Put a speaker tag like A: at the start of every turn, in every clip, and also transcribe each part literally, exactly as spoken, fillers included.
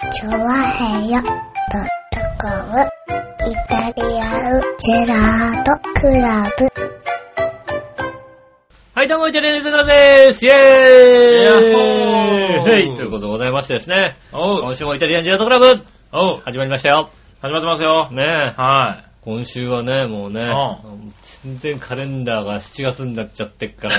A: チョワヘヨドットコムイタリアンジェラートクラブ。
B: はい、どうもイタリアンジェラートでーす。イェーイヤッホーはい、ということでございましてですね。おう。今週もイタリアンジェラートクラブ。おう。始まりましたよ。
C: 始まってますよ。
B: ねえ。
C: はい。
B: 今週はね、もうね、うん、全然カレンダーがしちがつになっちゃってっから。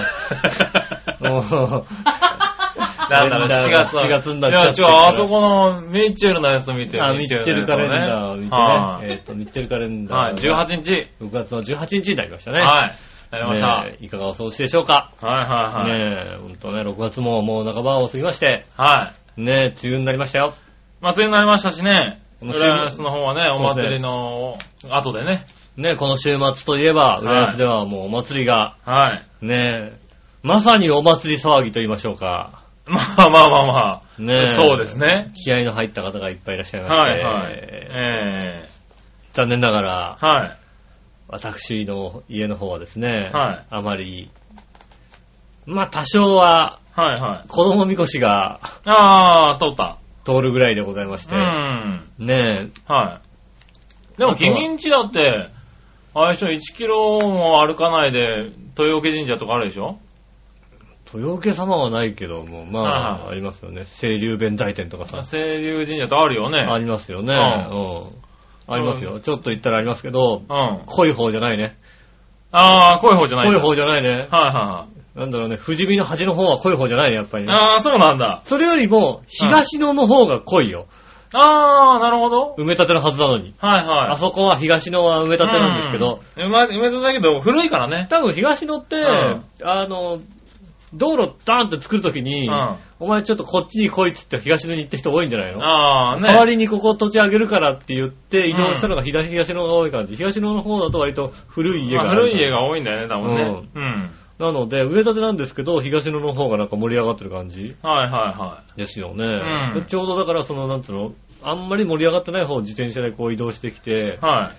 B: もう。
C: なんだろう、しがつ。
B: しがつになっちゃってる。
C: いや、違う、あそこのミッチェルのやつ見てる。
B: あ、ミッチェルカレンダーを見てね。はい、えっと、ミッチェルカレンダー。
C: はい、じゅうはちにち。
B: ろくがつのじゅうはちにちになりましたね。
C: はい。なりました。
B: ね、いかがお過ごしでしょうか。
C: はいはいはい。
B: ねえ、ほんとね、ろくがつももう半ばを過ぎまして。
C: はい。
B: ねえ、梅雨になりましたよ。
C: まあ、梅雨になりましたしね。浦安の方はね、お祭りの後でね。
B: ね、この週末といえば、浦安ではもうお祭りが。
C: はい。
B: ねえ、まさにお祭り騒ぎと言いましょうか。
C: まあまあまあまあ。
B: ねえ。
C: そうですね。
B: 気合の入った方がいっぱいいらっしゃいまして。
C: はいはい。えー、
B: 残念ながら。
C: はい。
B: 私の家の方はですね。
C: はい。
B: あまり、まあ多少は、
C: はいはい。
B: 子供みこしが。
C: あー、通った。
B: 通るぐらいでございまして。
C: うん。
B: ね
C: え。はい。でも君んちだって、あれでしょ、いちキロも歩かないで、豊岡神社とかあるでしょ？
B: 豊岡様はないけども、まあ、はい、ありますよね。清流弁財天とかさ。
C: 清流神社とあるよね。
B: ありますよね。うん。うん、ありますよ、うん。ちょっと行ったらありますけど、うん。濃い方じゃないね。
C: ああ、濃い方じゃない。
B: 濃い方じゃないね。はい
C: はいはい。
B: なんだろうね、富士見の端の方は濃い方じゃないね、やっぱりね。
C: ああ、そうなんだ。
B: それよりも、東野の方が濃いよ。
C: ああ、なるほど。
B: 埋め立てのはずなのに。
C: はいはい。
B: あそこは東野は埋め立てなんですけど。
C: うん、埋め立てだけど、古いからね。
B: 多分東野って、うん、あの、道路ダーンって作るときに、うん、お前ちょっとこっちに来いって言って東野に行った人多いんじゃないの？ああ、ね。代わりにここ土地あげるからって言って移動したのが東、うん、東野が多い感じ。東野の方だと割と古い家がある、
C: まあ。古い家が多いんだよね、多分ね。うん。うん
B: なので、上建てなんですけど、東野の方がなんか盛り上がってる感じ
C: はいはいはい。
B: ですよね。うん、ちょうどだから、その、なんつうの、あんまり盛り上がってない方を自転車でこう移動してきて、はい、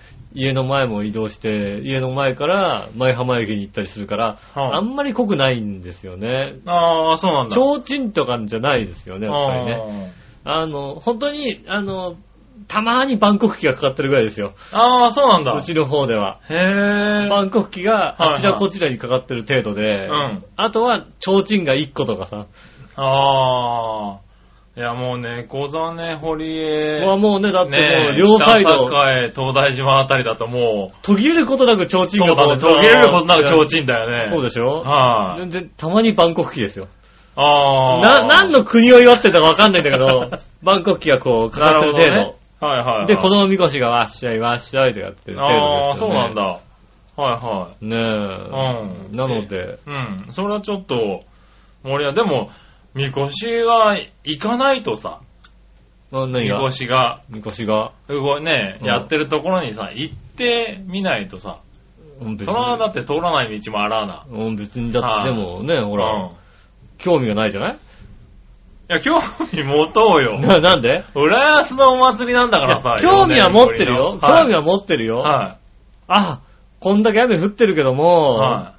B: 家の前も移動して、家の前から前浜駅に行ったりするから、はい、あんまり濃くないんですよね。
C: ああ、そうなんだ。
B: 提灯とかじゃないですよね、やっぱりね。あの、本当に、あの、たまーに万国旗がかかってるぐらいですよ。
C: ああ、そうなんだ。
B: うちの方では。
C: へー。
B: 万国旗があちらこちらにかかってる程度で、はいはい、うん。あとは、提灯がいっことかさ。
C: ああ。いや、もうね、小金堀江。
B: まあもうね、だってもう、両サイド。
C: ね、東大島あたりだともう。
B: 途切れることなく提灯が
C: そうだね、途切れることなく提灯だよね。
B: そうでしょ
C: はい、
B: 全然、たまに万国旗ですよ。
C: ああ。
B: な、何の国を祝ってたかわかんないんだけど、万国旗がこう、かかってる程度。ね、
C: はいはい、はい。
B: で、子供みこしがわっしゃいわっしゃいとやってる程度ですよね。
C: ああ、そうなんだ。はいはい。
B: ねえ。うん。なので。
C: うん。それはちょっと、盛り上がでも、みこしは行かないとさ。
B: 何が
C: みこしが。
B: みこしが。
C: 動いね、うん、やってるところにさ、行ってみないとさ。うん、別にそれはだって通らない道もあらな。
B: うん、別にだってでもね、ほら、うん、興味がないじゃない
C: いや、興味持とうよ。
B: な、なんで
C: 浦安のお祭りなんだからさ。
B: 興味は持ってるよ。興味は持ってるよ。はい。あ、こんだけ雨降ってるけども、はい、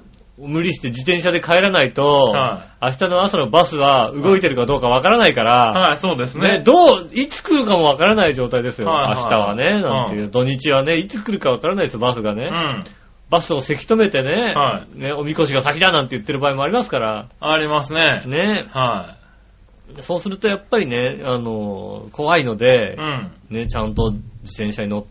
B: 無理して自転車で帰らないと、はい、明日の朝のバスは動いてるかどうかわからないから、
C: はい、はい、そうですね。
B: ね、どう、いつ来るかもわからない状態ですよ。はいはい、明日はね、なんていう、うん、土日はね、いつ来るかわからないですよ、バスがね。うん。バスをせき止めてね、はい、ね、おみこしが先だなんて言ってる場合もありますから。
C: ありますね。
B: ね。
C: はい。
B: そうするとやっぱりね、あの、怖いので、
C: うん、
B: ね、ちゃんと自転車に乗って、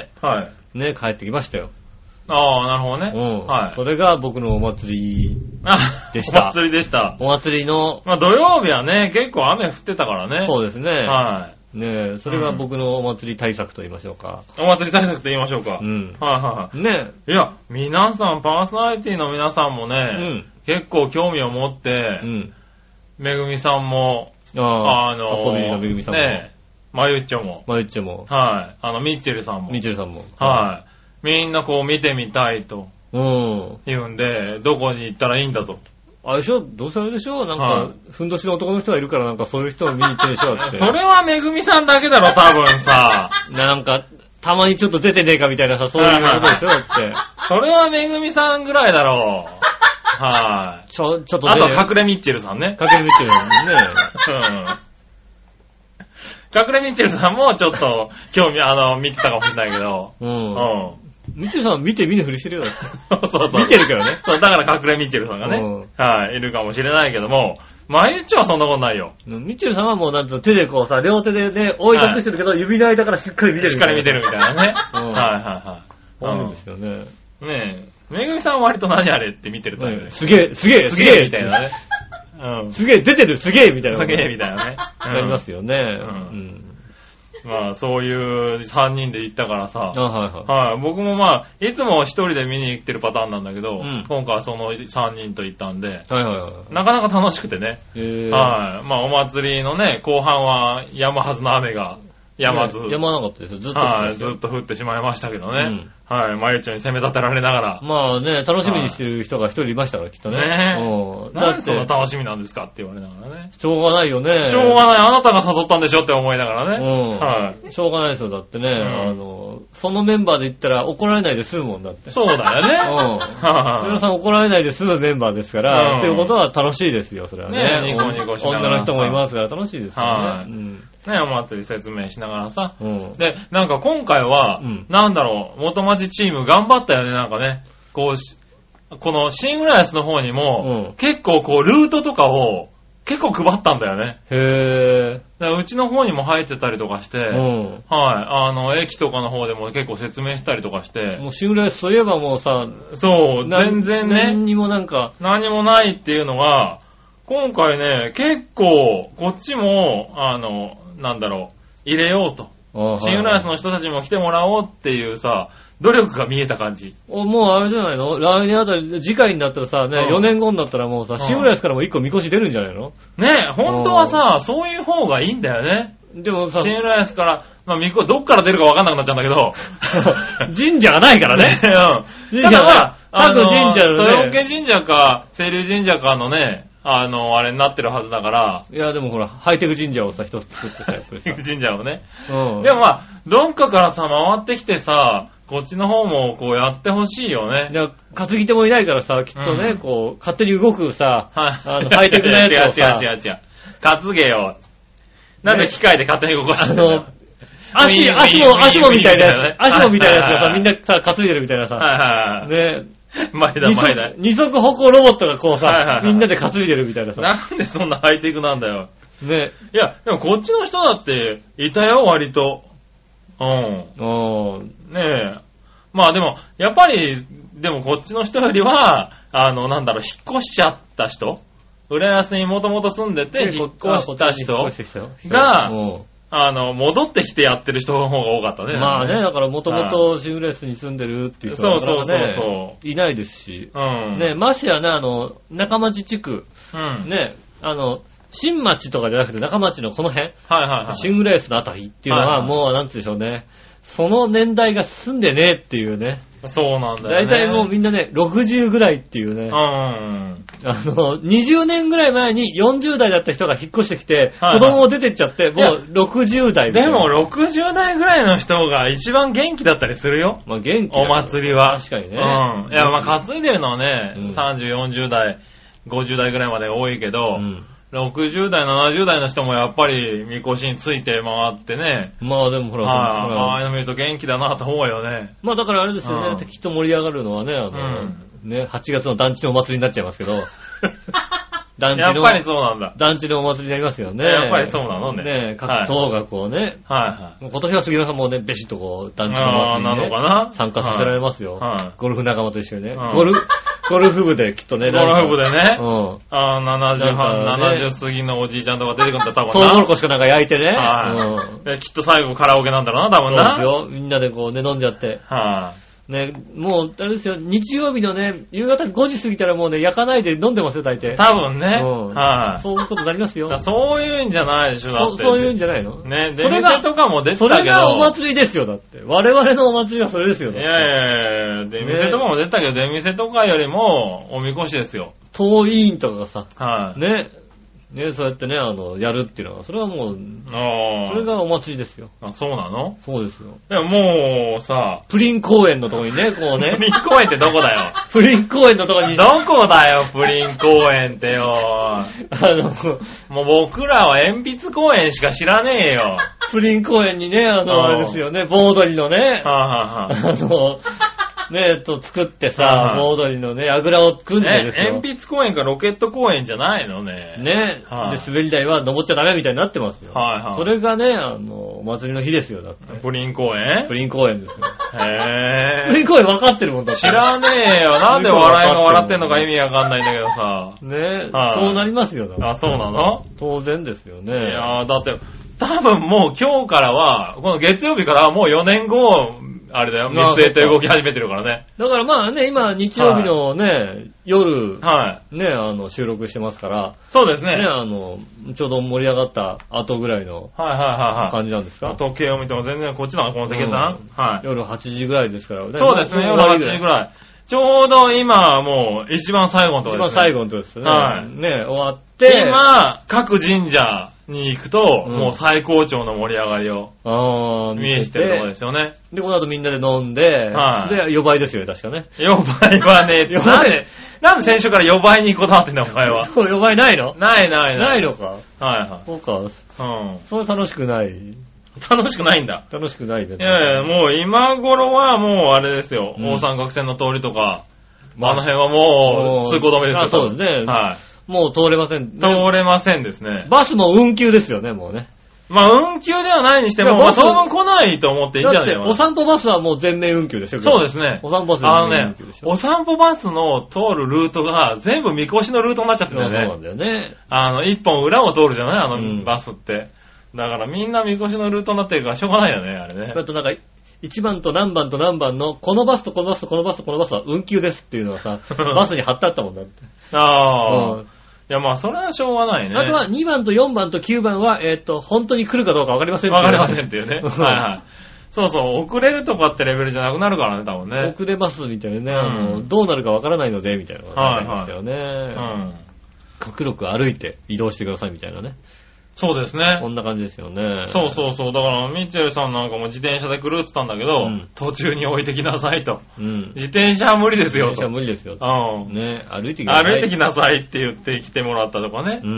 C: はい、
B: ね、帰ってきましたよ。
C: ああ、なるほどね。
B: うん。はい。それが僕のお祭りでした。
C: お祭りでした。
B: お祭りの。
C: まあ土曜日はね、結構雨降ってたからね。
B: そうですね。
C: はい。
B: ねそれが僕のお祭り対策と言いましょうか。
C: うん、お祭り対策と言いましょうか。
B: うん。
C: はいはいはい。
B: ね
C: いや、皆さん、パーソナリティの皆さんもね、うん、結構興味を持って、うん、めぐみさんも、
B: ああ、
C: あのー、
B: アポビリのめぐみさんも。
C: ねまゆっちょも。
B: まゆっちょも。
C: はい。あの、ミッチェルさんも。
B: ミッチェルさんも。
C: はい。みんなこう見てみたいと。
B: うん。
C: 言うんで、どこに行ったらいいんだと。
B: あれでしょどうせあれでしょなんか、はい、ふんどしの男の人がいるからなんかそういう人を見に行ってるでしょって。
C: それはめぐみさんだけだろ、多分さ。
B: なんか、たまにちょっと出てねえかみたいなさ、そういうことでしょだって。
C: それはめぐみさんぐらいだろう。はい、
B: ちょ、ちょっと
C: ね。あと、隠れミッチェルさんね。
B: 隠れミッチェルさんね。
C: 隠れミッチェルさんもちょっと興味、あの、見てたかもしれないけど。うん。うん。
B: ミッチェルさんは見て見ぬふりしてるよ。
C: そうそうそう。
B: 見てるけどね。
C: そう、だから隠れミッチェルさんがね、はい、いるかもしれないけども、マユッチョはそんなことないよ。
B: ミッチェルさんはもうなんと手でこうさ、両手でね、追いかけしてるけど、はい、指の間からしっかり見てる。
C: しっかり見てるみたいなね。うん、はいはいはい。
B: 多いんですよね。
C: ねえ。めぐみさんは割と何あれって見てるタイプで。
B: すげえ、すげえ、
C: すげえみたいなね。
B: うん。すげえ、出てる、すげえみたいな。
C: すげえみたいなね。
B: ありますよね。うん。
C: うんまあ、そういうさんにんで行ったからさ。
B: あ、はいはい。
C: はい。僕もまあ、いつも一人で見に行ってるパターンなんだけど、うん、今回はそのさんにんと行ったんで、はいはいはい。なかなか楽しくてね。へーはい。まあ、お祭りのね、後半は止むはずの雨が、止まず。
B: 止まなかったですよ。ずっと。
C: はい。ずっと降ってしまいましたけどね。うんはい。まゆちょに攻め立てられながら。
B: まあね、楽しみにしてる人が一人いましたから、きっとね。
C: ねえ。なんでそんな楽しみなんですかって言われながらね。
B: しょうがないよね。
C: しょうがない。あなたが誘ったんでしょって思いながらね。
B: うん。はい。しょうがないですよ。だってね、うん、あの、そのメンバーで言ったら怒られないで済むもんだって。
C: そうだよね。
B: うん。皆さん怒られないで済むメンバーですから、うん、っていうことは楽しいですよ、それはね。
C: ねニコニコしながら。
B: 女の人もいますから楽しいですよね。はい。うん
C: ね、お祭り説明しながらさ。うん、で、なんか今回は、うん、なんだろう、元町チーム頑張ったよね、なんかね。こう、このシングライスの方にも、うん、結構こう、ルートとかを結構配ったんだよね。
B: へ
C: ー。うちの方にも入ってたりとかして、うん、はい。あの、駅とかの方でも結構説明したりとかして。
B: もうシングライスといえばもうさ、
C: そう、全然ね。
B: 何にもなんか。
C: 何もないっていうのが、今回ね、結構、こっちも、あの、なんだろう、入れようと。シングライスの人たちも来てもらおうっていうさ、努力が見えた感じ。
B: もうあれじゃないの来年あたり、次回になったらさ、ね、うん、よねんごになったらもうさ、シングライスからもいっこみこし出るんじゃないの
C: ねえ、本当はさ、そういう方がいいんだよね。
B: でもさ、
C: シングライスから、まあ、みこ、どっから出るかわかんなくなっちゃうんだけど。
B: 神社がないからね。
C: うん。神社は、あの、神社のね。豊受神社か、清流神社かのね、あの、あれになってるはずだから。
B: いや、でもほら、ハイテク神社をさ、一つ作ってさ、やっぱりさ。
C: ハイテク神社をね。うん。でもまあ、どっかからさ、回ってきてさ、こっちの方もこうやってほしいよね。
B: で、担ぎ手もいないからさ、きっとね、うん、こう、勝手に動くさ、
C: はい、
B: あの、ハイテクなやつをさ。
C: 違う違う違う違う。担げよ。なんで機械で勝手に動かしてんの、ね、
B: 足、足も、足もみたいなやつ、足もみたいなやつがさ、みんなさ、担いでるみたいなさ。
C: はいはいはい。
B: ね。
C: 前だ前だ。
B: 二足歩行ロボットがこうさ、はいはいはい、みんなで担いでるみたいなさ。
C: なんでそんなハイテクなんだよ。
B: ね。
C: いや、でもこっちの人だっていたよ、割と。うん。
B: うん。
C: ねえ。まあでも、やっぱり、でもこっちの人よりは、あの、なんだろう、引っ越しちゃった人浦安にもともと住んでて、引っ越した人が、あの、戻ってきてやってる人の方が多かったね。
B: まあね、だからもともとシングレースに住んでるっていう人が、ね、そうそうそうそう。いないですし。うん。ね、ましてやね、あの、中町地区。うん。ね、あの、新町とかじゃなくて中町のこの辺。
C: はいはいはい。
B: シングレースのあたりっていうのは、はいはい、もう、なんて言うんでしょうね。その年代が住んでねえっていうね。
C: そうなんだよね。
B: 大体もうみんなね、ろくじゅうぐらいっていうね。うん。あの、にじゅうねんぐらい前によんじゅう代だった人が引っ越してきて、はいはい、子供を出てっちゃって、もうろくじゅう代みたいな。
C: でもろくじゅう代ぐらいの人が一番元気だったりするよ。
B: まあ元気。
C: お祭りは。
B: 確かにね。
C: うん。いや、まあ担いでるのはね、うん、さんじゅう、よんじゅう代、ごじゅう代ぐらいまで多いけど、うんろくじゅう代、ななじゅう代の人もやっぱり、みこしについて回ってね。
B: まあでもほら、
C: ああいうの見ると元気だなと思うよね。
B: まあだからあれですよね、きっと盛り上がるのはね、あの、うん、ね、はちがつの団地のお祭りになっちゃいますけど。
C: 団地の、やっぱりそうなんだ。
B: 団地のお祭りになりますよね。
C: やっぱりそうなのね。
B: ね、各党がこうね。
C: はいはい。
B: 今年は杉村さんもね、べしっとこう、団地のお祭りに、ね、
C: なのかな
B: 参加させられますよ。
C: はい。
B: ゴルフ仲間と一緒にね。ゴルフ、ゴルフ部できっとね。
C: ゴルフ部でね。うん。ああ、ななじゅうはん、ななじゅう過ぎのおじいちゃんとか出てくるんだ、多分な。
B: トウモロコシかなんか焼いてね。
C: はい。うん。きっと最後カラオケなんだろうな、多分な。
B: そうですよ。みんなでこうね、飲んじゃって。
C: はい。
B: ね、もう、あれですよ、日曜日のね、夕方ごじ過ぎたらもうね、焼かないで飲んでますよ、大体。
C: 多分ね。うん。
B: はい。そういうことになりますよ。
C: そういうんじゃないでしょ、だって。
B: そう、そういうんじゃないの
C: ね、出店とかも出てたけど。
B: それがお祭りですよ、だって。我々のお祭りはそれですよ、
C: ね。いやいやいや、出店とかも出たけど、出店とかよりも、おみこしですよ。
B: 党委員とかがさ、
C: はい。
B: ね、 ね、そうやってね、あの、やるっていうのは、それはもう、あそれがお祭りですよ。
C: あ、そうなの？
B: そうですよ。
C: いや、もう、さ、
B: プリン公園のとこにね、こうね。
C: プリン公園ってどこだよ。
B: プリン公園のとこに。
C: どこだよ、プリン公園ってよ。あの、もう僕らは鉛筆公園しか知らねえよ。
B: プリン公園にね、あの、あれですよね、棒踊りのね、
C: はあはあ、
B: あの、ねえ、と作ってさ、棒踊りのね、あぐらを組んでですよ。
C: 鉛筆公園かロケット公園じゃないのね。
B: ねえ、はあ、で、滑り台は登っちゃダメみたいになってますよ。はいはい。それがね、あの、お祭りの日ですよ、だって。
C: プリン公園？
B: プリン公園ですよ。
C: へぇー。
B: プリン公園分かってるもんだって。
C: 知らねえよ。なんで笑いが笑ってんのか意味わかんないんだけどさ。
B: ねえ、はあ、そうなりますよ、だって。
C: あ、そうなの？
B: 当然ですよね。
C: いやー、だって、多分もう今日からは、この月曜日からはもうよねんご、あれだよ、見据えて動き始めてるからね。
B: だからまあね、今日曜日のね、はい、夜、
C: はい、
B: ね、あの、収録してますから。
C: そうですね。
B: ね、あの、ちょうど盛り上がった後ぐらいの、
C: はいはいはいはい。
B: 感じなんですか？
C: 時計を見ても全然こっちなの、この席だな、うん。はい。
B: 夜はちじぐらいですから。
C: ね、そうですね、夜はちじぐらい。ちょうど今、もう、一番最後のところですね。
B: 一番最後のところですね。はい。ね、終わって。
C: 今、各神社に行くと、うん、もう最高潮の盛り上がりを、ああ、見えしてるところですよね。
B: で、この後みんなで飲んで、はい。で、よばいですよ、確かね。
C: よばいはね、なんで、なんで先週からよばいにこだわってんだ、お前は。
B: よばいないの？
C: ないないない。
B: ないのか。
C: はいはい。
B: そうか。うん。それ楽しくない。
C: 楽しくないんだ。
B: 楽しくないね。
C: いやいや、もう今頃はもうあれですよ。うん、大三角線の通りとか、まあ、あの辺はもう通行止めですよ。
B: そうですね。はい。もう通れません、ね。
C: 通れませんですね。
B: バスも運休ですよね、もうね。
C: まあ運休ではないにしても、まあ当分来ないと思っていいんじゃないかな。
B: お散歩バスはもう全面運休でしょ。
C: そうですね。
B: お散歩バスは全面運休でしょ。
C: あのね、お散歩バスの通るルートが全部みこしのルートになっちゃってるんだよね。
B: そうなんだよね。
C: あの、一本裏を通るじゃないあの、うん、バスって。だからみんなみこしのルートになってるからしょうがないよね、あれね。
B: だとなんか、いちばんと何番と何番の、このバスとこのバスとこのバスとこのバスは運休ですっていうのはさ、バスに貼ってあったもんだって。
C: ああ。うん、いやまあそれはしょうがないね。
B: あとはにばんとよんばんときゅうばんは、えっと、本当に来るかどうかわかりませんって
C: わかりませんっていうね。はいはい。そうそう、遅れるとかってレベルじゃなくなるからね、多分ね。
B: 遅れますみたいなね、うん、あの、どうなるかわからないので、みたいなのがありますよね。はいはい、うん。極力歩いて移動してくださいみたいなね。
C: そうですね。
B: こんな感じですよね。
C: そうそうそう。だから、ミッチェルさんなんかも自転車で来るって言ったんだけど、うん、途中に置いてきなさいと。うん、自転車は無理ですよと。
B: 自転車は無理ですよと。
C: うん。
B: ね、歩いてきなさい。
C: 歩いてきなさいって言って来てもらったとかね。
B: うん。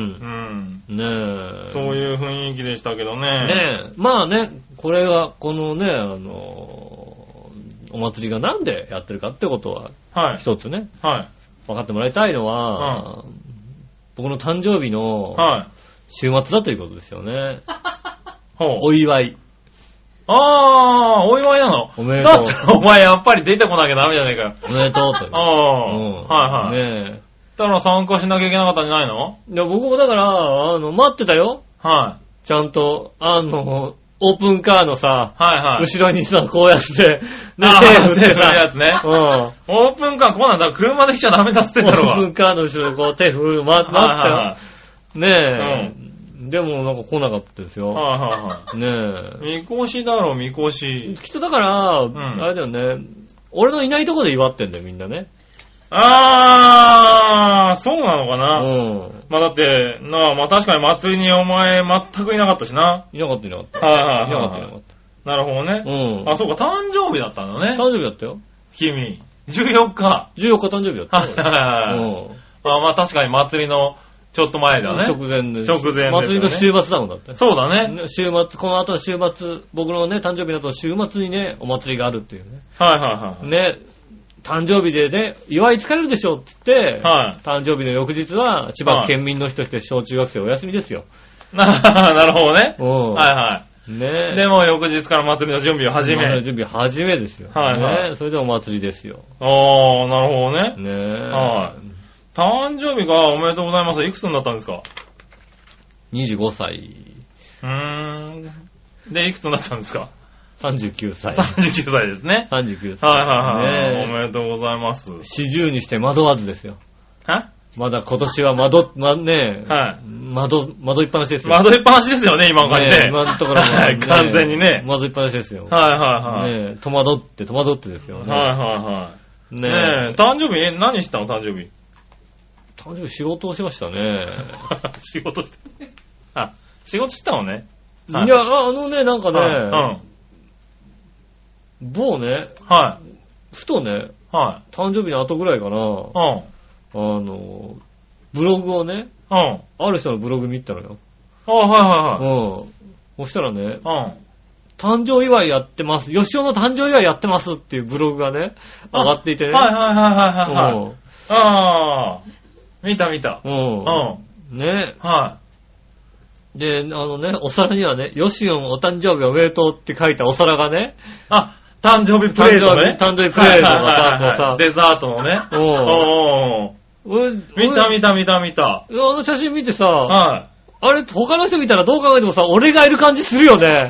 B: うん。ねえ。
C: そういう雰囲気でしたけどね。
B: ねえ。まあね、これが、このね、あの、お祭りがなんでやってるかってことは、はい。一つね。はい。分かってもらいたいのは、うん、僕の誕生日の、はい。週末だということですよね。ほう。お祝い。
C: あー、お祝いなの？
B: おめでとう。
C: だってお前やっぱり出てこなきゃダメじゃねえかよ。
B: おめでとうと。
C: あー。うん。はいはい。ねえ。だから参加しなきゃいけなかったんじゃないの？
B: いや、僕もだから、あの、待ってたよ。
C: はい。
B: ちゃんと、あの、オープンカーのさ、
C: はいはい。
B: 後ろにさ、こうやって、
C: ね、手振ってさ、やつね。うん。オープンカーこうなんだ。車で来ちゃダメだっつってんだろ。
B: オープンカーの後ろにこう手振る、待ってたよ。ねえ、うん。でもなんか来なかったですよ。
C: はいはいはい。
B: ね
C: え。みこしだろ、みこし。
B: きっとだから、うん、あれだよね。俺のいないとこで祝ってんだよ、みんなね。
C: あー、そうなのかな。うん。まあだって、なあ、まあ確かに祭りにお前全くいなかったしな。
B: いなかったいなかった。
C: はいはいはい。
B: いなかったいなかった。
C: なるほどね。うん。あ、そうか、誕生日だったんだね。
B: 誕生日だったよ。
C: 君。じゅうよっか。
B: じゅうよっか誕生日だった。はいはいはい。うん。
C: あ、まあ確かに祭りの、ちょっと前だね。
B: 直前です。
C: 直前です、ね。
B: 祭りの週末だもんだって。
C: そうだね。
B: 週末、この後の週末、僕のね、誕生日の後の週末にね、お祭りがあるっていうね。
C: はいはいはい。
B: ね、誕生日でね、祝い疲れるでしょって言って、はい、誕生日の翌日は、千葉県民の人として小中学生お休みですよ。
C: なるほどね。うん。はいはい。ねでも翌日から祭りの準備を始め。祭りの
B: 準備始めですよ。
C: はいはい。
B: ね、それでお祭りですよ。
C: あー、なるほどね。
B: ねえ。
C: はい。誕生日がおめでとうございます。いくつになったんですか？
B: にじゅうごさい。
C: うーん。で、いくつになったんですか？
B: さんじゅうきゅうさい。
C: さんじゅうきゅうさいですね。
B: さんじゅうきゅうさい。
C: はいはいはい。ね、おめでとうございます。
B: よんじゅうにして惑わずですよ。
C: は？
B: まだ今年は窓、ま、ね
C: え。はい。
B: 窓、窓いっぱなしですよ。
C: 窓いっぱなしですよね、今の感じで。
B: ね、今のところは、
C: ね。完全にね。
B: 窓いっぱなしですよ。
C: はいはいはい。
B: ねえ、戸惑って、戸惑ってですよね。
C: はいはいはい。ねえ、誕生日、え、何したの誕生日。
B: 誕生日仕事をしましたね。
C: 仕事してね。あ、仕事したのね。
B: はい、いや、あのね、なんかね、はい、うん、某ね、
C: はい。
B: ふとね、
C: はい。
B: 誕生日の後ぐらいかな、うん。あの、ブログをね、うん。ある人のブログ見たのよ。
C: あ、はいはいはい。
B: うん。そしたらね、うん。
C: 誕
B: 生祝いやってます。吉尾の誕生祝いやってますっていうブログがね、上がっていてね。
C: はいはいはいはいはい、はい。ああ、見た見た。
B: うん。うん。ね。
C: はい。
B: で、あのね、お皿にはね、ヨシオンお誕生日おめでとうって書いたお皿がね。
C: あ、誕生日プレートね。
B: 誕生日プレートが
C: さ、デザートのね。おー。おー。見た見た見た見た。
B: あの写真見てさ、
C: はい。
B: あれ、他の人見たらどう考えてもさ、俺がいる感じするよね。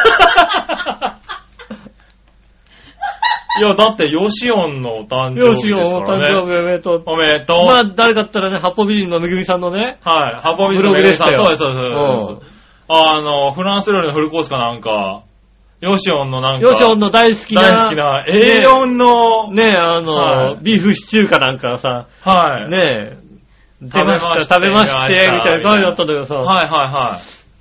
C: いや、だって、ヨシオンのお誕生日ですからね。ヨシオンお誕生日
B: おめでとう。
C: おめでとう。
B: まあ、誰かったらね、八方美人のめぐみさんのね。
C: はい。八方美人のめぐみさん。そうです、そうです。あの、フランス料理のフルコースかなんか、ヨシオンのなんか。
B: ヨシオンの大好きな。
C: 大好きな。エーよん の。
B: ねえ、あの、はい、ビーフシチューかなんかさ。
C: はい。
B: ねえ。出ました、食べまして、みたいな感じだったんだけどさ。
C: はいはいはい。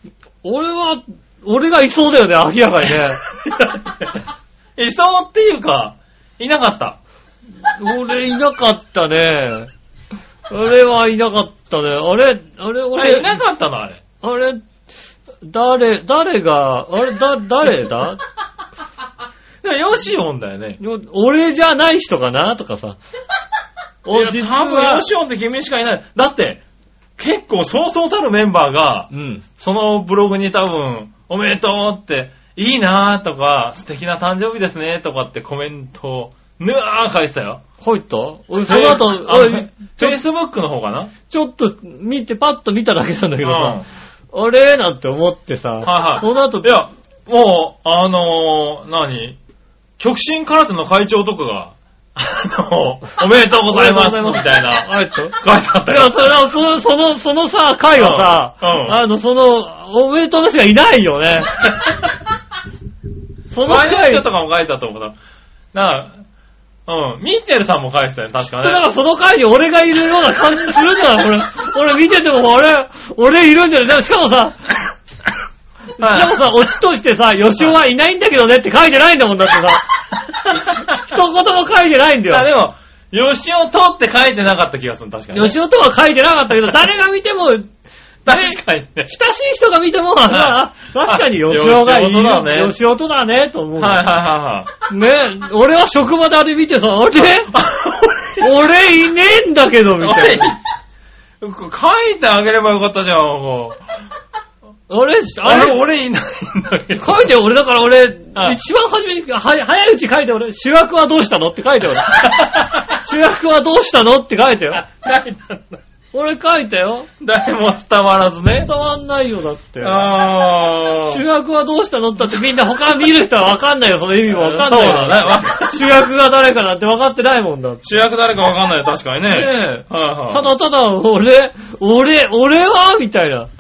B: 俺は、俺がいそうだよね、明らかに
C: ね。いそうっていうか、いなかった。
B: 俺いなかったね。俺はいなかったね。あれ、あれ、俺。
C: いなかったのあれ。
B: あれ、誰、誰が、あれ、だ、誰だ
C: でもヨシオンだよね。
B: 俺じゃない人かなとかさ。
C: いや、多分ヨシオンって君しかいない。だって、結構そうそうたるメンバーが、うん、そのブログに多分、おめでとうって、いいなーとか、素敵な誕生日ですねとかってコメントを、ぬわー書いてたよ。
B: 書いた俺その後、
C: フェイスブックの方かな
B: ちょっと見て、パッと見ただけなんだけどさ、うん、あれなんて思ってさ、
C: はいはい、
B: その後、
C: いや、もう、あのー、何極真空手の会長とかが、あの、おめでとうございますみたいな。
B: あれと
C: 書いてあったよ。
B: いや、それは、その、その、そのさ、回はさ、うんうん、あの、その、おめでとうの人がいないよね。
C: その回とかも書いてたと思うな。なうん。ミッチェルさんも書いてたよ、確かね。
B: だからその回に俺がいるような感じするんだよ、これ。俺見てても、俺、俺いるんじゃない。しかもさ、しかもさ、オチとしてさ、吉尾はいないんだけどねって書いてないんだもんだってさ。一言も書いてないんだよ。
C: あ、でも、吉尾とって書いてなかった気がする、確かに、ね。
B: 吉尾とは書いてなかったけど、誰が見ても、
C: 確かにね。親
B: しい人が見ても、あ確かに吉尾がいいよね。吉尾とだね、と思う。
C: はいはいはい
B: はい。ね、俺は職場であれ見てさ、あれ俺いねえんだけど、みたいな。
C: 書いてあげればよかったじゃん、もう。
B: 俺、
C: あれ、俺いないんだけど。
B: 書いて俺、だから俺、一番初めに、は、早いうち書いて俺、主役はどうしたのって書いて俺。主役はどうしたのって書いてよ。
C: 書いたんだ。
B: 俺書いたよ。
C: 誰も伝わらずね。
B: 伝わんないよ、だって。
C: あ
B: 主役はどうしたのってってみんな他見る人はわかんないよ、その意味もわかんないよ。
C: そうだね。
B: 主役が誰かなんてわかってないもんだって。
C: 主役誰かわかんないよ、確かにね。ねえ。
B: はいはい。ただただ、俺、俺、俺はみたいな。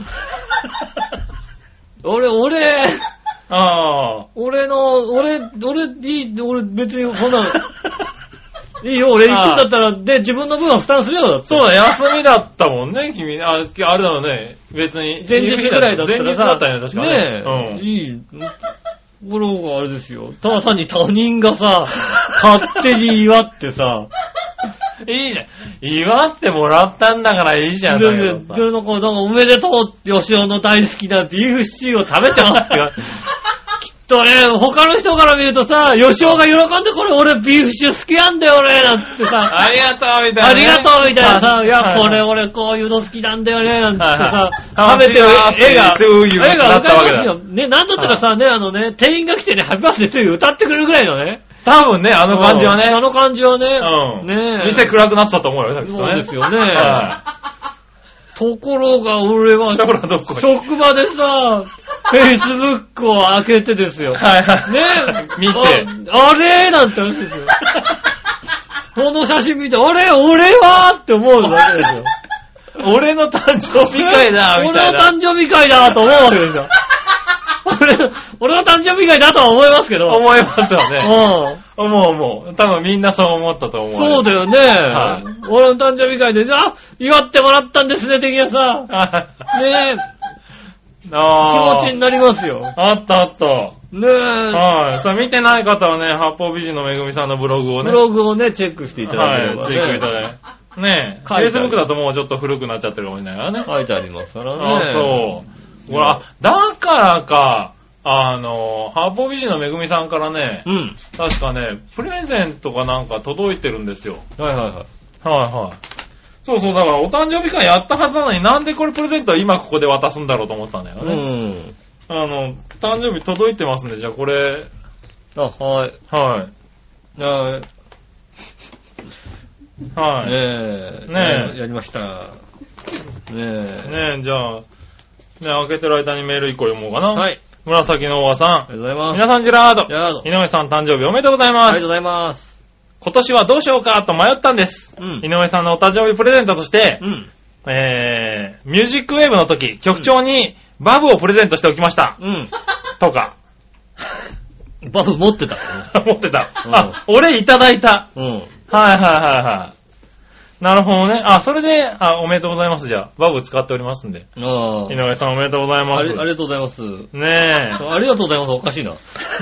B: 俺、俺、
C: ああ。
B: 俺の、俺、俺、いい、俺別にそんな、いいよ、俺行くんだったら、で、自分の分は負担するよ、だって。
C: そうだ、休みだったもんね、君。あ、あれだろうね。別に。
B: 前日ぐらいだったらさ。
C: 前日だったよね、確かに。
B: ねえ。うん。いい。これがあれですよ。ただ単に他人がさ、勝手に祝ってさ。
C: いいじゃん。祝ってもらったんだからいいじゃん。
B: で、で、で、なんか、なんかおめでとうって吉尾の大好きなビーフシチューを食べてますって。きっとね、他の人から見るとさ、吉尾が喜んでこれ俺ビーフシチュー好きなんだよね、なんてさ。
C: ありがとうみたいな、ね。
B: ありがとうみたいなさ、いや、これ俺こういうの好きなんだよね、なんてさ、食べてる絵が、絵が浮かびますよ。ね、なんだったらさ、ね、あのね、店員が来てね、ハッピーバースデートゥーユー歌ってくれるぐらいのね。
C: 多分ね、あの感じはね。
B: あの感じはね。
C: うん。
B: ねえ。
C: 店暗くなってたと思うよ、さっきね。
B: そうですよね。はい。ところが俺は、職場でさ、Facebook を開けてですよ。
C: はいはい。
B: ね
C: 見て。
B: あれなんて話ですよ。この写真見て、あれ俺はって思うわけですよ。
C: 俺の誕生日会だみたいな。
B: 俺の誕生日会だと思うわけですよ。 俺、俺の誕生日会だとは思いますけど。
C: 思いますよね。うん。思う思う。多分みんなそう思ったと思う。
B: そうだよね。はい。俺の誕生日会で、あ、祝ってもらったんですね、的なさ。ねえ。あ気持ちになりますよ。
C: あったあった。ね
B: え。は
C: い。さあ見てない方はね、八方美人のめぐみさんのブログをね。
B: ブログをね、チェックしていただければ、ね。はい、
C: チェックいただいて。ねえ。Facebook だともうちょっと古くなっちゃってるかもしれないからね。
B: 書いてありますからね。
C: あ、そう。ほら、だからか、あの、八方美人のめぐみさんからね、うん。確かね、プレゼントかなんか届いてるんですよ。
B: はいはいはい。
C: はいはい。そうそう、だからお誕生日会やったはずなのになんでこれプレゼントは今ここで渡すんだろうと思ってたんだよね。うん。あの、誕生日届いてますんで、じゃあこれ。
B: あ、はい。
C: はい。
B: はい。
C: はい。
B: ねえ。ねえ。やりました。ねえ。
C: ねえ、じゃあ、ね開けてる間にメールいっこ読もうかな。
B: はい。
C: 紫のおばさん。
B: ありがとうございます。
C: 皆さんジェラード。
B: ジェラード。
C: 井上さん誕生日おめでとうございます。
B: ありがとうございます。
C: 今年はどうしようかと迷ったんです。うん。井上さんのお誕生日プレゼントとして、うん。えー、ミュージックウェーブの時、局長にバブをプレゼントしておきました。うん。とか。
B: バブ持ってた。
C: 持ってた。うん、あ、俺いただいた。うん。はいはいはいはい。なるほどね。あ、それで、あ、おめでとうございます。じゃあ、バブ使っておりますんで。ああ。井上さんおめでとうございます。
B: あり、ありがとうございます。
C: ねえ。
B: ありがとうございます。おかしいな。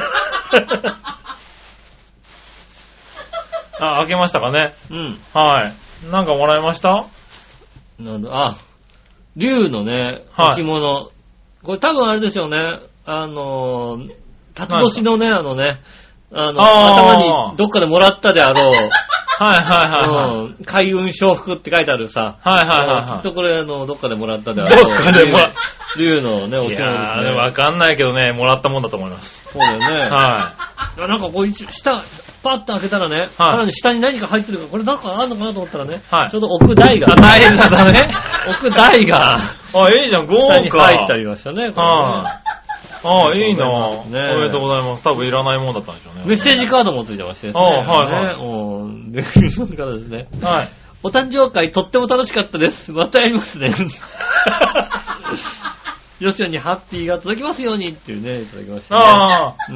C: あ、開けましたかね。
B: うん。
C: はい。なんかもらいました？
B: なんだ、あ、竜のね、置物。はい、これ多分あれでしょうね。あのー、辰年のね、あのね、あの、頭にどっかでもらったであろう。
C: はいはいはい、はい。
B: うん。開運承福って書いてあるさ。
C: はいはいはい、はい。
B: きっとこれ、あの、どっかでもらったであろう。
C: どっかでもらった。
B: 竜のね、お着物ですね。い
C: やー、わかんないけどね、もらったもんだと思います。
B: そうだよね。
C: はい。
B: なんかこう、下、パッと開けたらね、はい、さらに下に何か入ってるか、これなんかあるのかなと思ったらね、はい。ちょうど置く台が。
C: あ、台がだね。
B: 置く台が。
C: あ、いいじゃん、豪華。
B: 下に入ってありましたね、これね。
C: はい。ああ、いいなぁ。ね、おめでとうございます。多分いらないもんだったんでしょうね。
B: メッセージカードもついてましてですね。
C: ああ、はいはい。
B: おー、メッセージカードですね。
C: はい。
B: お誕生会とっても楽しかったです。またやりますね。よしよにハッピーが届きますようにっていうね、いただきましたね。
C: ああ。うん。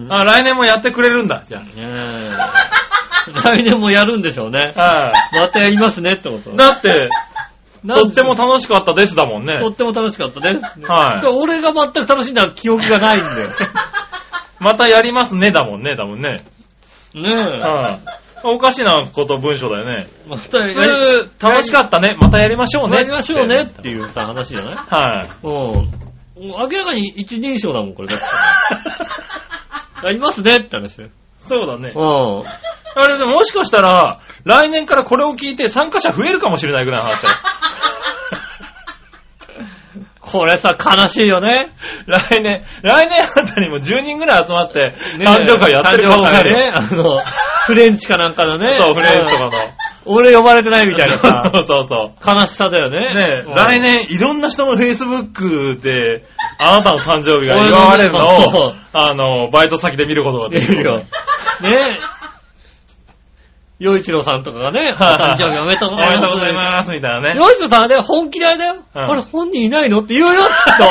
C: あ、来年もやってくれるんだ、じゃあ。ね
B: 来年もやるんでしょうね。
C: はい。
B: またやりますねってこと。
C: だって、とっても楽しかったですだもんね。
B: とっても楽しかったです。
C: はい。
B: 俺が全く楽しんだ記憶がないんだよ。
C: またやりますねだもんね、多分ね。
B: ねえ。
C: はい。おかしなこと文章だよね。
B: また
C: 普通、楽しかったね。またやりましょうね。
B: やりましょうねっていうさ話じゃない？
C: はい。
B: うん。明らかに一人称だもん、これだって。やりますねって話だよ。
C: そうだね。
B: うん。
C: あれでももしかしたら、来年からこれを聞いて参加者増えるかもしれないぐらいの話だよ。
B: これさ、悲しいよね。
C: 来年、来年あたりもじゅうにんぐらい集まって、誕生会やってるかもしれないね。
B: あの、フレンチかなんかのね。
C: そう、フレンチとかの。
B: 俺呼ばれてないみたいなさ。
C: そうそうそう。
B: 悲しさだよね。
C: ねえ、来年いろんな人の Facebook で、あなたの誕生日が祝われるのを、あの、バイト先で見ることができるよ。
B: ねえ。洋一郎さんとかがね、誕生日おめでとうございます。
C: おめでとうございます、みたいなね。
B: 洋一郎さんはね、本気であれだよ。あれ、本人いないのって言うよ、きっと。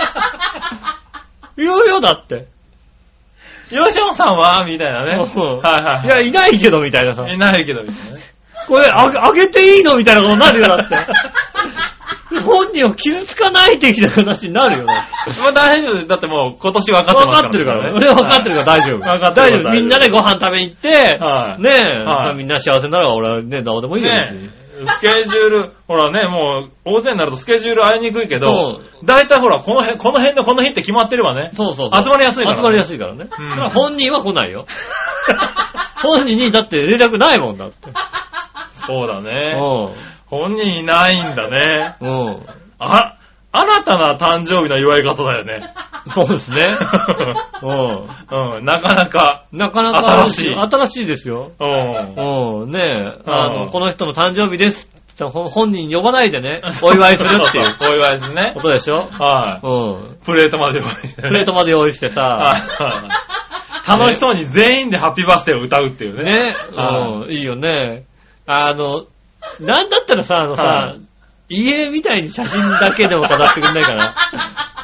B: 言うよ、だって。
C: 洋一郎さんはみたいなね。
B: そう。はいはい。いや、いないけど、みたいなさ。
C: いないけど、みたいなね。
B: これ、あげ、あげていいのみたいなことになるよ、だって。本人を傷つかない的な話になるよね。
C: まあ大丈夫。だってもう今年分かってますから、ね。
B: 分かってるからね。俺は分かってるから大丈夫。
C: 分かってる
B: 大丈夫。みんなでご飯食べに行って、
C: はい、
B: ねえ、はい、みんな幸せになれば俺はね、どうでもいいよね。
C: スケジュール、ほらね、もう大勢になるとスケジュール会いにくいけど、大体ほら、この辺、この辺のこの日って決まってればね。
B: そうそうそう。
C: 集まりやすいから、
B: ね。集まりやすいからね。うん、だから本人は来ないよ。本人にだって連絡ないもんだって。
C: そうだね。本人いないんだね。
B: うん。
C: あ、新たな誕生日の祝い方だよね。
B: そうですね。
C: うん。うん。なかなか。
B: なかなか新しい。新しいですよ。
C: うん。
B: うん。ねえ、あの、この人の誕生日です。本人呼ばないでね、お祝いするっていう。
C: お祝いするね。
B: ことでしょ？
C: はい。うん。プレートまで用意して、ね。
B: プレートまで用意してさ。
C: はい。楽しそうに全員でハッピーバースデーを歌うっていうね。
B: ね。うん。いいよね。あの、なんだったらさ、あのさ、家みたいに写真だけでも飾ってくんないかな。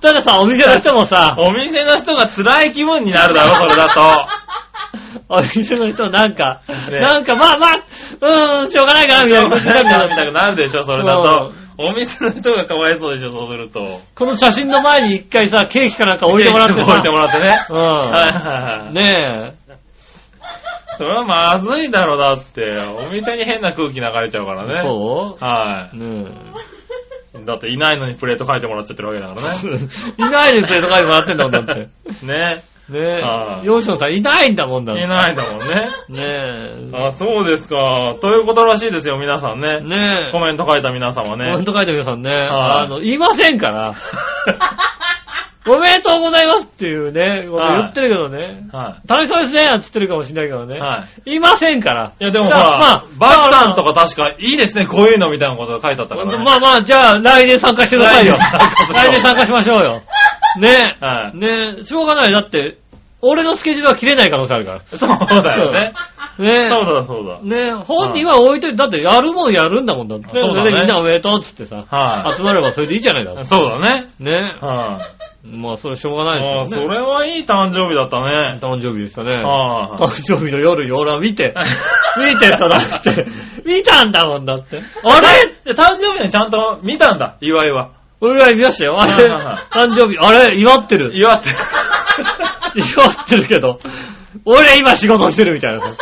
B: たださ、お店の人もさ、
C: お店の人が辛い気分になるだろ、それだと。
B: お店の人なんか、ね、なんかまあまあ、うーん、しょうがないかな、みたいな感じになるなるで
C: しょ、それだと。お店の人がかわいそうでしょ、そうすると。
B: この写真の前に一回さ、ケーキかなんか置いてもらってさ。
C: 置いてもらってね。
B: うん。はいはいはい。ねえ。
C: それはまずいだろ、だって。お店に変な空気流れちゃうからね。
B: そう
C: はい。
B: ね
C: え。だっていないのにプレート書いてもらっちゃってるわけだからね。
B: いないのにプレート書いてもらってんだもん、だって。
C: ね
B: ねえ。ヨーションさんいないんだもんだ。
C: いないんだもんね。
B: ねえ。
C: あ、そうですか。ということらしいですよ、皆さんね。
B: ねえ。
C: コメント書いた皆様ね。
B: コメント書いた皆さんね。あの、言いませんから。おめでとうございますっていうね、こと言ってるけどね。
C: はい。
B: 楽しそうですねなんて言ってるかもしれないけどね。
C: はい。
B: 言いませんから。
C: いやでもほら、まあ、バッさんとか確かいいですね、こういうのみたいなことが書いてあったからね。
B: まあまあ、じゃあ来年参加してくださいよ。来年参加しましょうよ。ねえ。はい。ねえ、しょうがない。だって、俺のスケジュールは切れない可能性あるから。
C: そうだよね。ねそうだそうだ。
B: ね本人は置いといて、だってやるもんやるんだもんだって。そうだね。みんなおめでとうっつってさ。はい。集まればそれでいいじゃないか。
C: そうだね。
B: ねはい。まあ、それしょうがないですよね。
C: それはいい誕生日だったね。
B: 誕生日でしたね。はい。誕生日の夜、夜は見て。見てただって。見たんだもんだって。
C: あれ誕生日にちゃんと見たんだ、祝いは。
B: お祝い見ましたよ。あれ、誕生日、あれ、祝ってる。
C: 祝ってる。
B: 祝ってるけど、俺今仕事してるみたいな。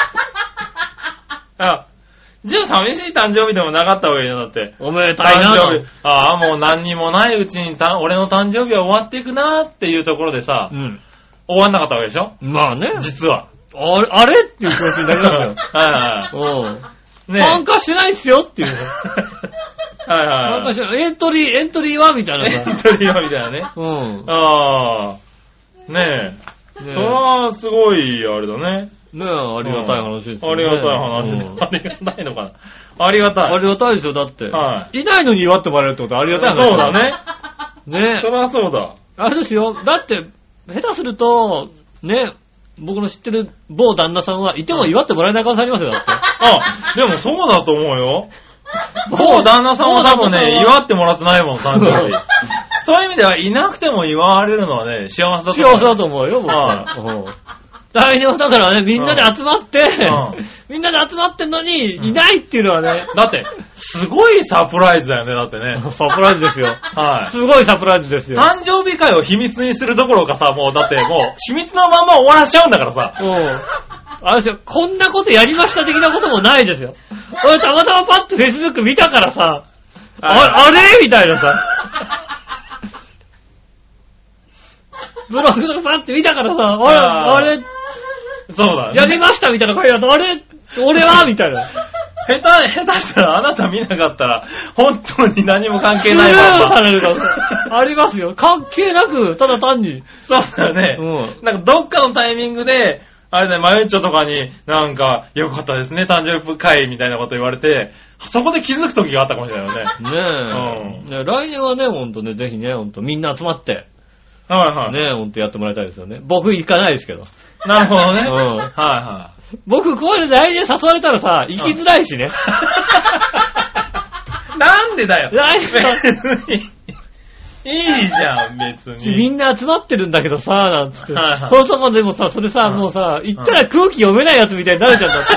C: あ、じゃあ寂しい誕生日でもなかったわけじゃん、だって。
B: おめでたいな。
C: 誕生日。ああ、もう何にもないうちにた俺の誕生日は終わっていくなーっていうところでさ、うん、終わんなかったわけでしょ。
B: まあね。
C: 実は。
B: あれ、あれっていう気持ちになりますよ。
C: はいはい。
B: うん。ね参加してないっすよっていう。
C: はいはい。
B: 参加してない。エントリー、エントリーはみたいな。
C: エントリーはみたいなね。
B: うん。
C: ああ。ねえ。ねえそれはすごい、あれだね。
B: ねえ、ありがたい話ですよ
C: ね。ありがたい話です。ありがたいのかな。ありがたい。
B: ありがたいですよ、だって。はい。いないのに祝ってもらえるってことはありがたい話
C: そうだね。
B: ねえ。
C: そりゃそうだ。
B: あれですよ。だって、下手すると、ね、僕の知ってる某旦那さんはいても祝ってもらえない可能性ありますよ、だって。
C: あ、でもそうだと思うよ。某旦那さんは多分ね、祝ってもらってないもん、誕生日。そういう意味ではいなくても祝われるのはね、幸せだと思う。
B: 幸せだと思うよ、僕は。来年はだからね、みんなで集まって、うん、みんなで集まってんのに、いないっていうのはね。
C: だって、すごいサプライズだよね、だってね。
B: サプライズですよ。はい。すごいサプライズですよ。
C: 誕生日会を秘密にするどころかさ、もうだってもう、秘密のまま終わらしちゃうんだからさ。
B: うん。あれですよ、こんなことやりました的なこともないですよ。俺たまたまパッと Facebook 見たからさ、あ, あれみたいなさ。ブログとかパッて見たからさ、あれ、あれ、
C: そうだね。
B: やりましたみたいな書いてあった。あれ俺はみたいな。
C: 下手、下手したらあなた見なかったら、本当に何も関係ないま
B: ま。スルーされるから。ありますよ。関係なく、ただ単に。
C: そうだよね。うん。なんかどっかのタイミングで、あれね、マユッチョとかになんか、よかったですね、誕生日会みたいなこと言われて、そこで気づく時があったかもしれないよね。
B: ねえ。うん。ね来年はね、ほんとね、ぜひね、ほんとみんな集まって。
C: はいはい。
B: ねえ、ほんとやってもらいたいですよね。僕行かないですけど。
C: なるほどね。
B: うん。はいはい。僕こういうの来年誘われたらさ、行きづらいしね。
C: なんでだよ。
B: 来年。
C: いいじゃん、別に。
B: みんな集まってるんだけどさ、なんつって。はいはい、そうそう、でもさ、それさ、うん、もうさ、行ったら空気読めないやつみたいになるじゃんだって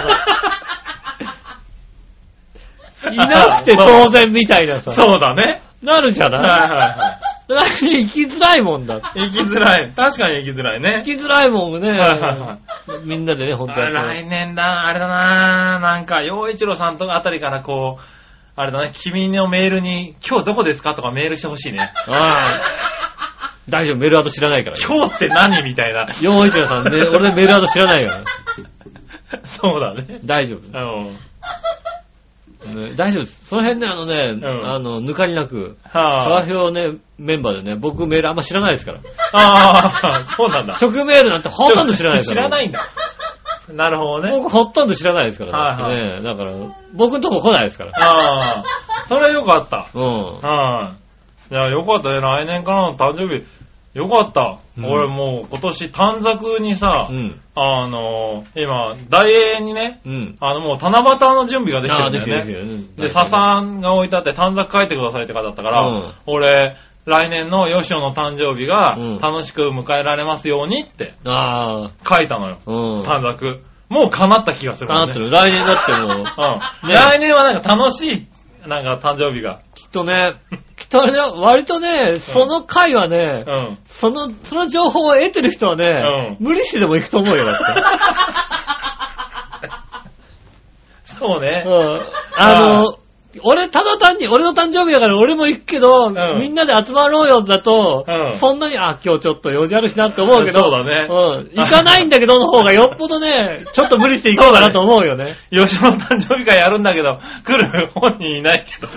B: さ。いなくて当然みたいなさ。
C: そうだね。
B: なるじゃない。はいはいはい。来年行きづらいもんだって。
C: 行きづらい。確かに行きづらいね。
B: 行きづらいもんね。はいはいはい。みんなでね、ほんとに。
C: 来年だ、あれだななんか、陽一郎さんとかあたりからこう、あれだね、君のメールに、今日どこですかとかメールしてほしいね。
B: ああ。大丈夫、メールアド知らないから、
C: ね。今日って何みたいな。
B: 陽一郎さんね、俺メールアド知らないから。
C: そうだね。
B: 大丈夫。うんね、大丈夫です。その辺ね、あのね、うん、あの、抜かりなく、はぁ、サワヒョね、メンバーでね、僕メールあんま知らないですから。
C: ああ、そうなんだ。
B: 直メールなんてほとんど知らないですから。
C: 知らないんだ。なるほどね。
B: 僕ほとんど知らないですから、ね。はいはい、ね。だから、僕のとこ来ないですから。
C: ああ、それはよかった。
B: うん。
C: はい。いや、よかったね。来年からの誕生日。よかった。うん、俺もう今年短冊にさ、うん、あのー、今、大英にね、うん、あのもう七夕の準備ができてるんだよね。で、笹が置いてあって短冊書いてくださいって方だったから、うん、俺、 来年のヨシオの誕生日が楽しく迎えられますようにって書いたのよ。うん、短冊。もう叶った気がする、ね。
B: 叶ってる。来年だってもう。うんね、
C: 来年はなんか楽しい、なんか誕生日が。
B: きっとね、きっとね、割とね、その回はね、うん、その、その情報を得てる人はね、うん、無理してでも行くと思うよ、だって。
C: そうね。
B: うん。あの、俺、ただ単に、俺の誕生日だから俺も行くけど、うん、みんなで集まろうよだと、うん、そんなに、あ、今日ちょっと用事あるしなって思うけど、
C: そうだね。
B: うん。行かないんだけどの方がよっぽどね、ちょっと無理して行こうかなと思うよね。
C: 吉野誕生日会やるんだけど、来る本人いないけど。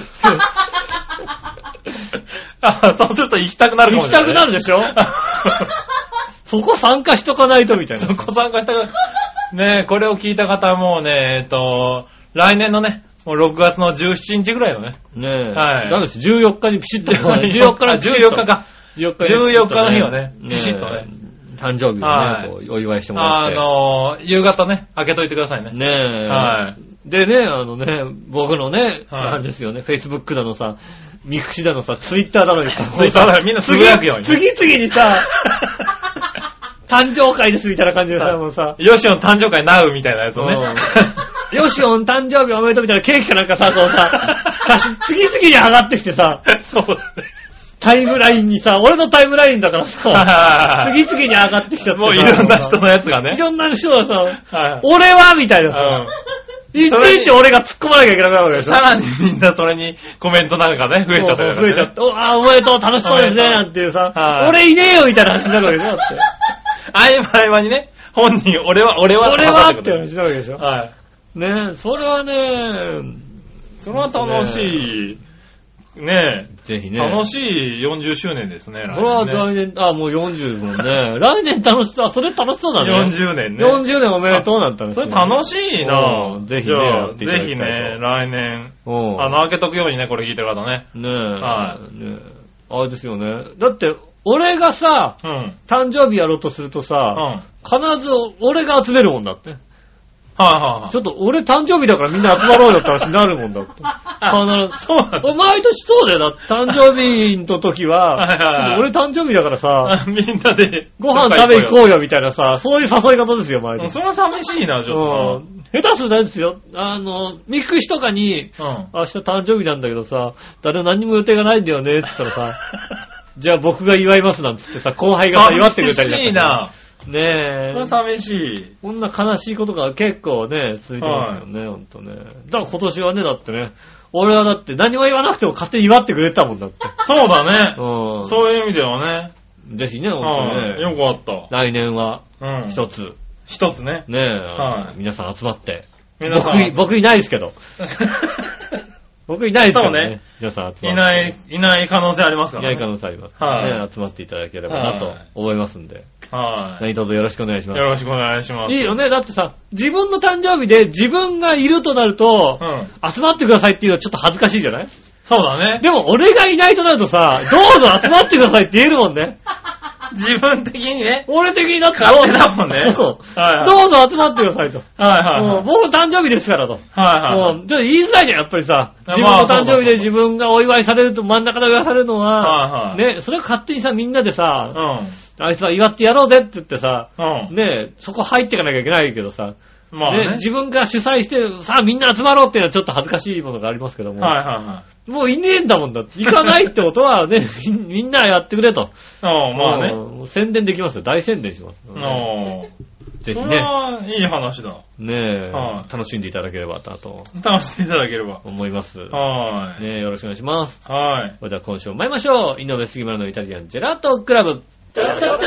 C: あ、そうすると行きたくなるかもしれない、ね。
B: 行きたくなるでしょそこ参加しとかないとみたいな。
C: そこ参加したくねえ、これを聞いた方はもうね、えっと、来年のね、もうろくがつのじゅうしちにちぐらいのね。
B: ねえ。はい。なんですじゅうよっかにピシッと。じゅうよっかの
C: じゅうよっかか。じゅうよっか、じゅうよっかの日をね、ピシッとね。
B: 誕生日をね、こうお祝いしてもらって。
C: あの、夕方ね、開けといてくださいね。
B: ねえ。はい。でね、あのね、僕のね、なんですよね、Facebook だのさ、ミクシだのさ、Twitter だのにさ、
C: ツイッターだみんなつぶやくように。
B: 次々にさ、誕生会ですみたいな感じでさ、もうさ。
C: ヨシオン誕生会なうみたいなやつをね。
B: ヨシオン誕生日おめでとうみたいなケーキかなんかさ、こうさ、次々に上がってきてさ、
C: そうだね。
B: タイムラインにさ、俺のタイムラインだからさ、次々に上がってきちゃって。
C: もういろんな人のやつがね。
B: いろんな人がさ、俺はみたいなさ、いちいち俺が突っ込まなきゃいけなくなるわけでしょ。
C: さらにみんなそれにコメントなんかね、増えちゃった、ね。
B: 増えちゃって、あ、おめでとう、楽しそうですね、なんていうさ、俺いねえよみたいな話になるわけでしょ、だって。
C: 合間合間にね、本人、俺は、俺は、
B: 俺はって話になるわけでしょ。
C: はい。
B: ねえ、それはね、
C: それは楽しい。ねえ。
B: ぜひね。
C: 楽しいよんじゅっしゅうねんですね。
B: それは来年、あ、もうよんじゅうですもんね。来年楽しそう、それ楽しそうだね。
C: よんじゅうねんね。
B: よんじゅうねんおめでとうなったんです
C: それ楽しいな
B: ぜひね。
C: ぜひね、来年。あの、開けとくようにね、これ聞いてる方ね。
B: ねえ。はい。ねえ。あれですよね。だって、俺がさ、うん、誕生日やろうとするとさ、うん、必ず俺が集めるもんだって。
C: はいはいはい。
B: ちょっと俺誕生日だからみんな集まろうよって話になるもんだって。必
C: ず。そうなんだ。
B: 毎年そうだよな。誕生日の時は、はいはいはい、俺誕生日だからさ、
C: みんなで
B: ご飯食べ行こうよみたいなさ、そういう誘い方ですよ、毎年。
C: それは寂しいな、ちょ
B: っと。下手するとですよ。あの、ミクシとかに、うん、明日誕生日なんだけどさ、誰も何も予定がないんだよねって言ったらさ、じゃあ僕が祝いますなんつってさ、後輩がさ祝ってくれたりだとか。
C: 寂しいな。
B: ねえ。
C: それ寂しい。
B: こんな悲しいことが結構ね、続いてますよね、はい、ほんとね。だから今年はね、だってね、俺はだって何も言わなくても勝手に祝ってくれたもんだって。
C: そうだね。うん。そういう意味ではね。
B: ぜひね、ほんとね。
C: よかった。
B: 来年は、一つ、うん。
C: 一つね。
B: ねえ、はい、皆さん集まって。皆さん僕、僕いないですけど。僕いないですからね。そうね。皆さん集まって。
C: いない、いない可能性ありますから
B: ね。いない可能性あります。はい、ね。集まっていただければなと思いますんで。はい。何卒よろしくお願いします。
C: よろしくお願いします。
B: いいよね。だってさ、自分の誕生日で自分がいるとなると、うん、集まってくださいっていうのはちょっと恥ずかしいじゃない？
C: そうだね。
B: でも俺がいないとなるとさ、どうぞ集まってくださいって言えるもんね。
C: 自分的にね。
B: 俺的になって
C: 勝手だもんね。
B: そう。はいはい、どうぞ集まってくださいと。
C: はいはい、はい。もう
B: 僕誕生日ですからと。
C: はいはい、はい。
B: もう、ちょっと言いづらいじゃん、やっぱりさ。自分の誕生日で自分がお祝いされると、真ん中でお祝いされるのは、はいはい、ね、それを勝手にさ、みんなでさ、うん、あいつは祝ってやろうぜって言ってさ、うん、ね、そこ入っていかなきゃいけないけどさ、まあね、ね、自分が主催して、さあみんな集まろうっていうのはちょっと恥ずかしいものがありますけども。はいはいはい。もういねえんだもんだって。行かないってことはね、みんなやってくれと。
C: ああ、まあね。
B: 宣伝できますよ。大宣伝します。ああ。ぜひね。
C: いい話だ。
B: ねえ、はあ。楽しんでいただければと。
C: 楽しんでいただければ。
B: 思います。
C: はい。
B: ねえ、よろしくお願いします。
C: はい。
B: それでは今週も参りましょう。井上杉村のイタリアンジェラートクラブ。イタリアンジェ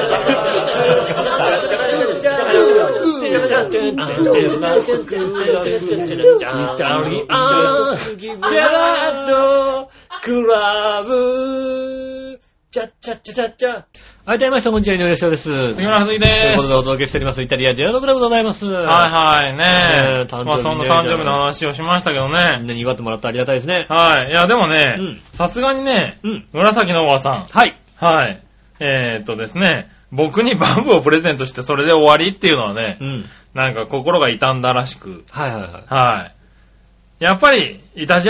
B: ラートクラブ。チャッチャッチャチャッチャ。はい、どうもみなさんこんにちは、井上芳雄です。
C: 杉村はずいです。と
B: いうことでお届けしております、イタリアンジェラートクラブでございます。
C: はいはい、ねえ。まあそんな誕生日の話をしましたけどね。
B: みんなに祝ってもらってありがたいですね。
C: はい。いや、でもね、さすがにね、うん、紫のおばさん。
B: はい。
C: はい。えー、っとですね、僕にバブをプレゼントしてそれで終わりっていうのはね、うん、なんか心が痛んだらしく。
B: はいはいはい。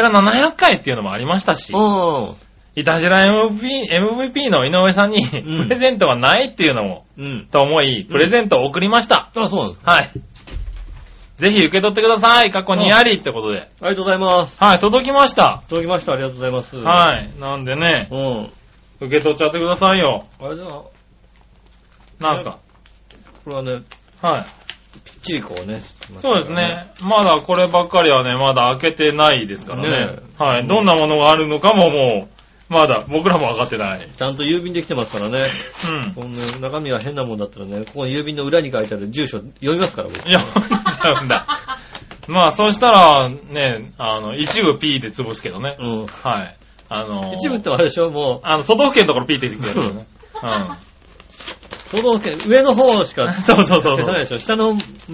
C: はい。やっぱり、イタジェラななひゃっかいっていうのもありましたし、 いたじら エムブイピー、エムブイピー の井上さんに、うん、プレゼントがないっていうのも、うん、と思い、プレゼントを送りました。
B: うん、あ、そうなんですか。
C: はい。ぜひ受け取ってください。過去にありってことで。
B: ありがとうございます。
C: はい、届きました。
B: 届きました。ありがとうございます。
C: はい。なんでね、うん。受け取っちゃってくださいよ。
B: あれだな。
C: なんすか？
B: これはね、
C: はい。
B: ぴっちりこうね。
C: そうですね。まだこればっかりはね、まだ開けてないですからね。ねはい。どんなものがあるのかももう、まだ僕らも分かってない。
B: ちゃんと郵便できてますからね。
C: うん。
B: この、ね、中身が変なもんだったらね、ここ郵便の裏に書いてある住所読みますから、僕。
C: いや、読んじゃうんだ。まあ、そうしたら、ね、あの、一部 P で潰すけどね。
B: うん。
C: はい。あのー、
B: 一部ってあれでしょ、もう。
C: あの、都道府県のところ P って言ってくれるね。うん。
B: 都道府県、上の方しか。
C: そうそうそう。
B: 出ないでしょ。下の、ね。
C: うん。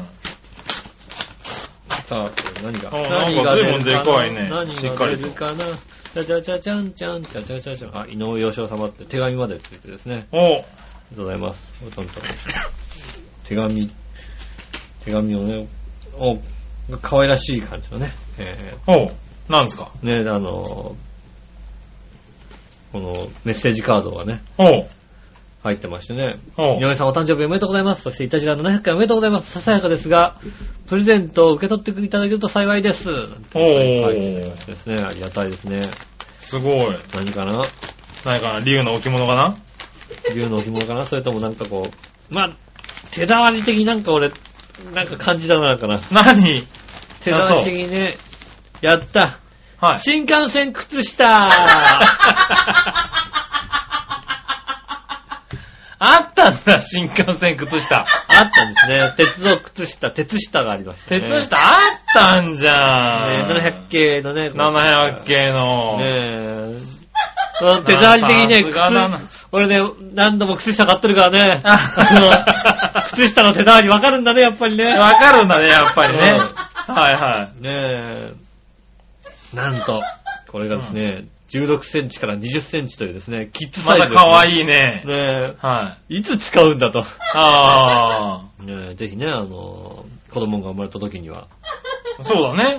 B: さあ、何が。
C: 何が出るかな。でかいね。
B: 何が出るかな。ちゃちゃちゃちゃんちゃんちゃちゃちゃちゃん。あ、井上洋翔様って手紙までついてですね。
C: おう。あり
B: がとうございます。手紙、手紙をね、お、可愛らしい感じのね。
C: えー、おう。なんですか
B: ね、あの、このメッセージカードがね。
C: おう。
B: 入ってましてね。井上さんお誕生日おめでとうございます。そしてイタジラななひゃっかいおめでとうございます。ささやかですが、プレゼントを受け取っていただけると幸いです。お
C: ー。
B: 書いてましてですね。ありがたいですね。
C: すごい。
B: 何かな
C: 何かな竜の置物かな
B: 竜の置物かなそれともなんかこう、まあ、手触り的になんか俺、なんか感じだな、なんかな。
C: 何
B: 手触り的にね、やった。
C: はい。
B: 新幹線靴下
C: あったんだ、新幹線靴下。
B: あったんですね。鉄道靴下、鉄下がありましたね。
C: 鉄下あったんじゃん。
B: ね、ななひゃく系のね。
C: ななひゃく系の。
B: ねえ。手触り的にね、靴、俺ね、何度も靴下買ってるからね。靴下の手触りわかるんだね、やっぱりね。
C: わかるんだね、やっぱりね。はいはい。
B: ねえ。なんと、これがですね、うんじゅうろくセンチからにじゅっセンチというですね、キッズサイズ、
C: ね。まだ可愛いね。
B: ねえ。
C: はい。
B: いつ使うんだと。
C: あ
B: あ。ねえ、ぜひね、あの、子供が生まれた時には。
C: そうだね。
B: うん。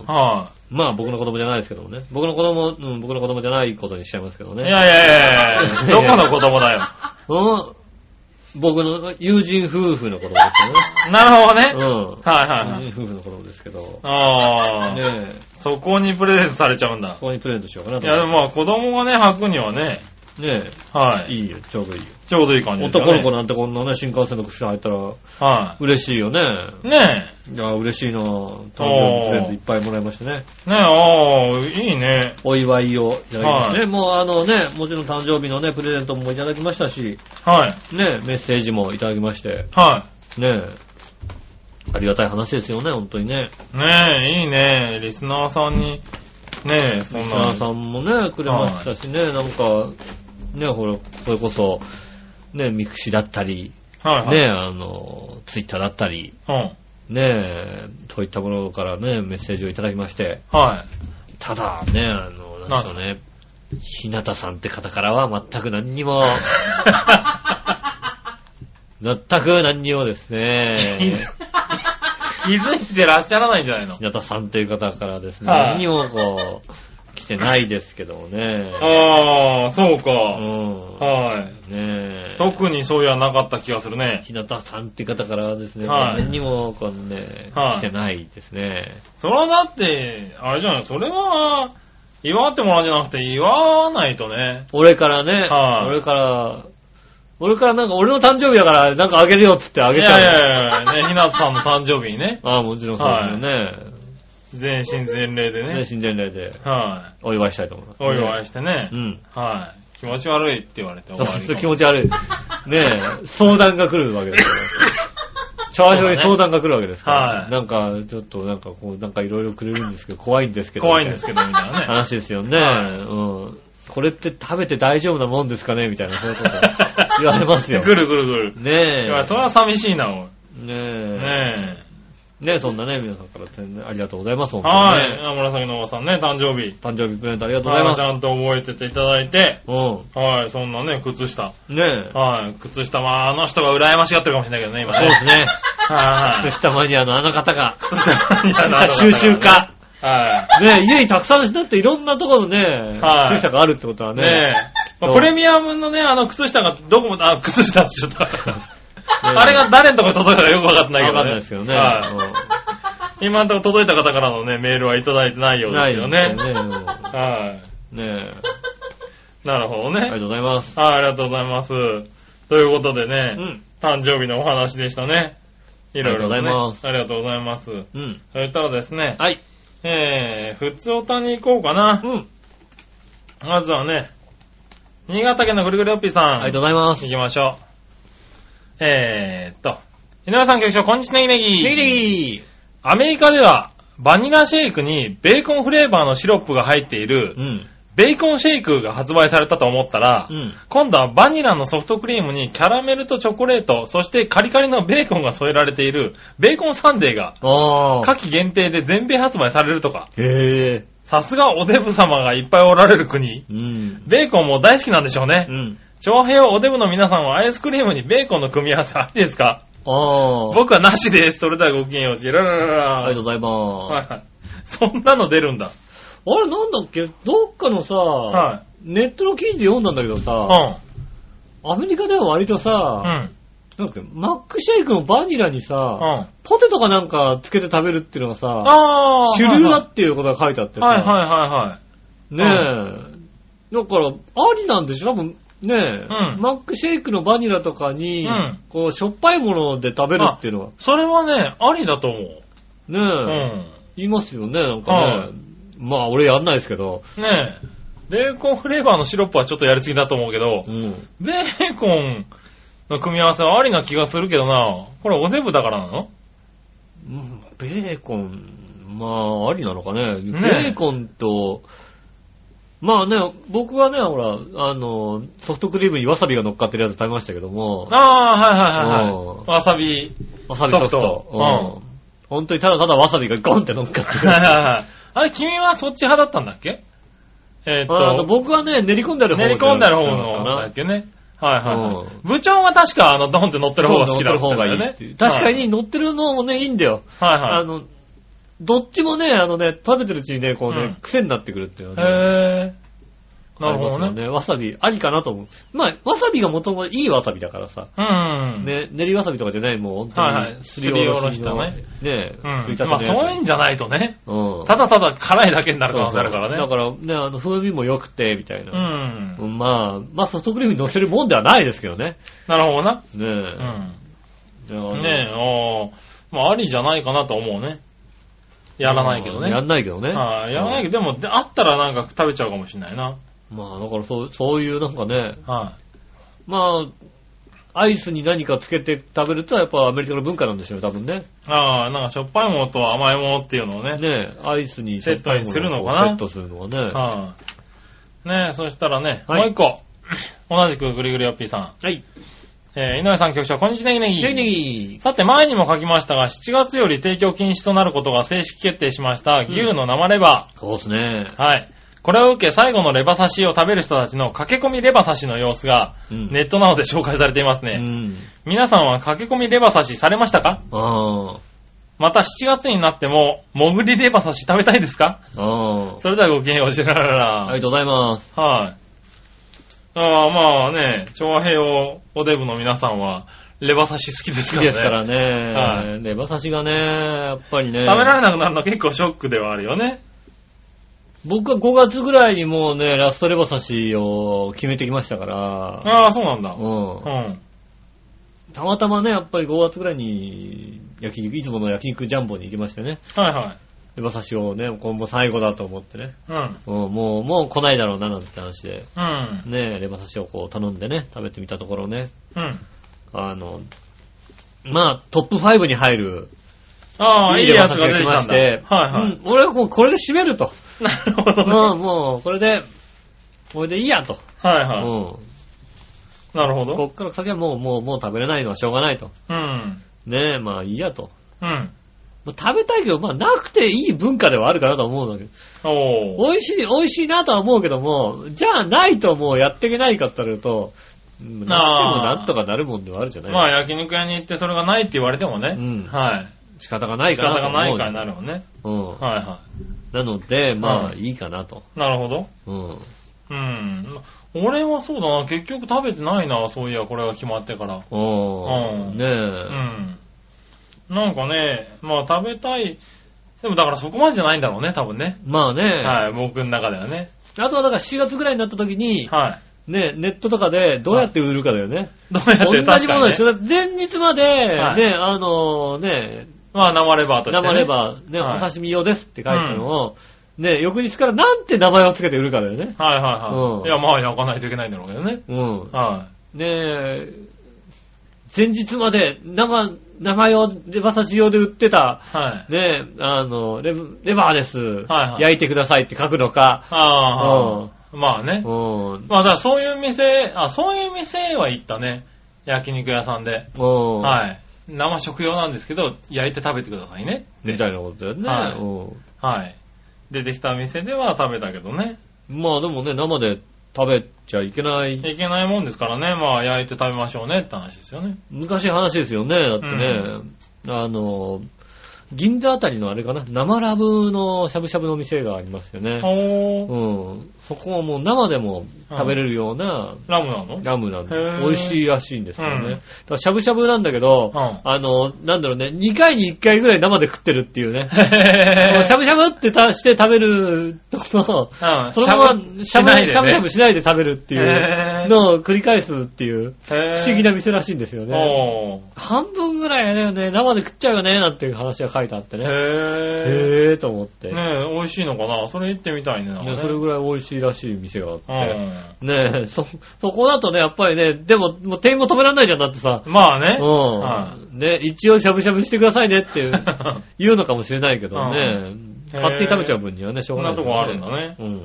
B: はい。まあ僕の子供じゃないですけどもね。僕の子供、うん、僕の子供じゃないことにしちゃいますけどね。
C: いやいやいやいやどこの子供だよ。
B: うん。僕の友人夫婦の子供ですけどね。
C: なるほどね。
B: うん。
C: はいはいはい。
B: 友人夫婦の子供ですけど。
C: ああ。
B: ねえ。
C: そこにプレゼントされちゃうんだ。
B: そこにプレゼントしようかなと。
C: いやでもまあ子供がね、履くにはね。
B: ね
C: え。はい。
B: いいよ、ちょうどいいよ。
C: ちょうどいい感じですよね。
B: 男の子なんてこんなね、新幹線の靴下入ったら、はい。嬉しいよね。
C: ね
B: え。いや、嬉しいなぁ。誕生日プレゼントいっぱいもらいましてね。
C: ねえ、ああ、いいね。
B: お祝いをいただきましたね。はい、もうあのね、もちろん誕生日のね、プレゼントもいただきましたし、
C: はい。
B: ねえ、メッセージもいただきまして、
C: はい。
B: ねえ、ありがたい話ですよね、本当にね。
C: ねえ、いいね。リスナーさんに、ねえ、そんな。
B: リスナーさんもね、くれましたしね、はい、なんか、ね、ほら、それこそ、ね、ミクシだったり、
C: はいはい、
B: ね、あの、ツイッターだったり、
C: うん、
B: ね、そういったものからね、メッセージをいただきまして、
C: はい。
B: ただね、あの、なんでしょうね、ひなたさんって方からは全く何にも、全く何にもですね、
C: 気づいてらっしゃらないんじゃないの？
B: ひなたさんという方からですね、はい、何にもこう、来てないですけどもね。
C: ああ、そうか。
B: うん。
C: はい。
B: ねえ。
C: 特にそういやなかった気がするね。
B: ひなたさんって方からはですね、
C: はい、
B: 何にもこうね、
C: はい、
B: 来てないですね。
C: それはだって、あれじゃない、それは、祝ってもらうんじゃなくて祝わないとね。
B: 俺からね、はい、俺から、俺からなんか俺の誕生日だからなんかあげるよって言ってあげちゃう。
C: いやいやいや、ね、ひなたさんの誕生日にね。
B: ああ、もちろんそうですよね。はい、
C: 全身全霊でね。
B: 全身全霊で。
C: はい。
B: お祝いしたいと思います、
C: ね。お祝いしてね。
B: うん。
C: はい。気持ち悪いって言われて終わり。
B: そうそう、気持ち悪い。ねえ、相談が来るわけですよ。チャージョに相談が来るわけですから。はい。なんか、ちょっとなんかこう、なんかいろいろくれるんですけど、怖いんですけど。
C: 怖いんですけど、みたいなね。
B: 話ですよね。はい、うん。これって食べて大丈夫なもんですかねみたいな、そういうこと言われますよ。
C: 来る来る来る。
B: ねえ。
C: いや、それは寂しいな、おい。
B: ねえ。
C: ねえ。
B: ねえ、そんなね、皆さんからありがとうございます。
C: はい。紫のおばさんね、誕生日。
B: 誕生日プレゼントありがとうございます。
C: ちゃんと覚えてていただいて。
B: うん。
C: はい、そんなね、靴下。
B: ね
C: え。はい、靴下はあの人が羨ましがってるかもしれないけどね、今ね。
B: そうですね。
C: はい。
B: 靴下マニアのあの方が。
C: 靴下マニアのあの方が。
B: 収集家。
C: はい。
B: ね家にたくさんだっていろんなところのね、はい、靴下があるってことはね。ね
C: まあ、プレミアムのね、あの靴下がどこも、あ、靴下ってちょっと。あれが誰のところに届いたかよくわかってないけどね。わかんないですけどね。はい、今のところ届いた方からのね、メールはいただいてないようですよね。ないですよね。はい。ねえ。なるほどね。あ
B: りがとうございます。
C: はい、ありがとうございます。ということでね、うん、誕生日のお話でしたね。いろいろ、ね、ありがとうございます。ありがとうございます。うん。それからですね。はい。えー、ふつおたに行こうかな。うん。まずはね、新潟県のぐるぐるおっぴーさん。
B: ありがとうございます。
C: 行きましょう。えーっと、井上さん局長、こんにちは、ネギネギ。
B: ネギネギ。
C: アメリカでは、バニラシェイクにベーコンフレーバーのシロップが入っている、うん。ベーコンシェイクが発売されたと思ったら、うん、今度はバニラのソフトクリームにキャラメルとチョコレート、そしてカリカリのベーコンが添えられているベーコンサンデーが夏季限定で全米発売されるとか。へー。さすがおデブ様がいっぱいおられる国。うん、ベーコンも大好きなんでしょうね。うん。長平おデブの皆さんはアイスクリームにベーコンの組み合わせありですか？あー。僕はなしです。それではごきげんよう。ララララ。
B: ありがとうございます。はい。
C: そんなの出るんだ。
B: あれなんだっけどっかのさ、はい、ネットの記事で読んだんだけどさ、うん、アメリカでは割とさ、うん、なんだっけマックシェイクのバニラにさ、うん、ポテトかなんかつけて食べるっていうのがさ、あ主流だっていうことが書いてあってさ、はいはいはいはい。ねえ、だからありなんでしょ多分ねえ、うん、マックシェイクのバニラとかに、うん、こうしょっぱいもので食べるっていうのは、
C: それはねありだと思う。ね
B: え、うん、言いますよねなんかね。まあ、俺やんないですけど。
C: ねえ。ベーコンフレーバーのシロップはちょっとやりすぎだと思うけど、うん、ベーコンの組み合わせはありな気がするけどな。これおデブだからなの？
B: うん、ベーコン、まあ、ありなのかね。ねベーコンと、まあね、僕はね、ほら、あの、ソフトクリームにわさびが乗っかってるやつ食べましたけども。
C: ああ、はいはいはい、はい。わさび。
B: わさびソフト。うん。本当にただただわさびがゴンって乗っかってる。はいはいはい。
C: あれ、君はそっち派だったんだっけ？えー、っと
B: あと僕はね、練り込んである方
C: 練り込んである方のだっけね。はいはい、はい。部長は確かあの、ドンって乗ってる方が好きだったんだよね。
B: 確かに乗ってるのもね、いいんだよ。はいはい。あの、どっちもね、あのね、食べてるうちにね、こうね、うん、癖になってくるっていうのね。へー。なるほどね。わさび、ありかなと思う。まあ、わさびがもともといいわさびだからさ。うん。ね、練りわさびとかじゃない、もう本当に。はいはい。すりおろしたね。ね
C: え、うん。まあ、そういうんじゃないとね。うん。ただただ辛いだけになる可能性あるからね。
B: だからね、あの、風味も良くて、みたいな。うん。まあ、まあ、ソフトクリームに乗せるもんではないですけどね。
C: なるほどな。ね
B: え。うん。
C: じゃあねえ、ああ、まあ、ありじゃないかなと思うね。やらないけどね。
B: やんないけどね。
C: はい、やらないけど、でも、あったらなんか食べちゃうかもしれないな。
B: まあ、だからそう、そういうなんかね、はい。まあ、アイスに何かつけて食べるとやっぱアメリカの文化なんでしょう、多分ね。
C: ああ、なんかしょっぱいものと甘いものっていうのをね。
B: ねアイスに
C: セットにするのかな。
B: セットするのはね。は
C: い。ねえ、そしたらね、はい、もう一個。同じくぐりぐりよっぴーさん。はい。えー、井上さん局長、こんにちは、ネギネギ。
B: ネギネギ。
C: さて、前にも書きましたが、しちがつより提供禁止となることが正式決定しました、牛の生レバ
B: ー。うん、そうですね。
C: はい。これを受け、最後のレバ刺しを食べる人たちの駆け込みレバ刺しの様子が、ネットなどで紹介されていますね。うん、皆さんは駆け込みレバ刺しされましたか？あまたしちがつになっても、もぐりレバ刺し食べたいですか？あそれではごきげんよう、ジェラララ。
B: ありがとうございます。
C: はい。ああ、まあね、長平をおデブの皆さんは、レバ刺し好きですからね。
B: 好きですからね。はい。レバ刺しがね、やっぱりね。
C: 食べられなくなるのは結構ショックではあるよね。
B: 僕はごがつぐらいにもうね、ラストレバ刺しを決めてきましたから。
C: ああ、そうなんだ。うん。うん。
B: たまたまね、やっぱりごがつぐらいに、焼肉、いつもの焼肉ジャンボに行きましてね。はいはい。レバ刺しをね、今後最後だと思ってね。うん。うん、もう、もう来ないだろうな、なんて話で。うん。ね、レバ刺しをこう頼んでね、食べてみたところね。うん。あの、まあ、トップファイブに入る。
C: ああ、いいやつが出てきまして。
B: はいはい。うん、俺はもうこれで締めると。なるほどね。うん、もう、これで、これでいいやと。はいはい。うん。
C: なるほど。
B: こっから先はもう、もう、もう食べれないのはしょうがないと。うん。ねえ、まあいいやと。うん。まあ、食べたいけど、まあなくていい文化ではあるかなと思うんだけど。お美味しい、美味しいなとは思うけども、じゃあないともうやっていけないかって言われると、なくてもなんとかなるもんではあるじゃない。
C: まあ焼肉屋に行ってそれがないって言われてもね。うん。はい。
B: 仕方がないかなと思う。
C: 仕方がないからなるもんね。うん。はいはい。
B: なので、まあ、いいかなと。
C: なるほど。
B: うん。
C: うん。俺はそうだな、結局食べてないな、そういや、これが決まってから。
B: うん。ねえ。う
C: ん。なんかね、まあ食べたい。でもだからそこまでじゃないんだろうね、多分ね。
B: まあね。
C: はい、僕の中ではね。
B: あとはだからしちがつぐらいになった時に、
C: はい。
B: ね、ネットとかでどうやって売るかだよね。はい、
C: どうやって売るか。
B: 同じものでしょ。前日まで、はい、ね、あのー、ね、
C: まあ生レバーとして、ね。
B: 生レバー、ね、はい、お刺身用ですって書いたのを、うん、ね、翌日からなんて名前をつけて売るかだよね。
C: はいはいはい。うん、いや、まあ焼かないといけないんだろうけどね。
B: うん。
C: はい。
B: ね前日まで生、生用、レバ刺し用で売ってた、
C: はい。
B: ね、あの、レレバーです。はいはい。焼いてくださいって書くのか。
C: ああ。うん。まあね。
B: うん。
C: まあだからそういう店、あ、そういう店は行ったね。焼肉屋さんで。
B: うん。
C: はい。生食用なんですけど、焼いて食べてくださいね。
B: みたいなことだよね。
C: はい。うん、はい。出てきた店では食べたけどね。
B: まあでもね、生で食べちゃいけない。
C: いけないもんですからね。まあ焼いて食べましょうねって話ですよね。
B: 難しい話ですよね。だってね、うん、あの、銀座あたりのあれかな、生ラブのしゃぶしゃぶの店がありますよね。うん。そこはもう生でも食べれるような、
C: うん、ラムなの
B: ラムなんで、美味しいらしいんですよね。うん、だからしゃぶしゃぶなんだけど、うん、あの、なんだろうね、にかいにいっかいぐらい生で食ってるっていうね。しゃぶしゃぶってたして食べるとこの、うん、そのまましゃぶしゃぶ、ね、しゃぶしゃぶしないで食べるっていうのを繰り返すっていう、不思議な店らしいんですよね。半分ぐらいだよね、生で食っちゃうよね、なんていう話が書いてあってね。へー。へーと思って。
C: ねえ、美味しいのかな？それ行ってみたいね。なんかね、
B: それぐらい美味しいらしい店があって。うん、ねえ、そ、そこだとね、やっぱりね、でも、もう店員も止められないじゃん、だってさ。
C: まあね。
B: うん。はい、ね、一応しゃぶしゃぶしてくださいねっていう、言うのかもしれないけどね。勝手に食べちゃう分にはね、しょうがない、ね。
C: そんなとこあるんだね。うん。うん。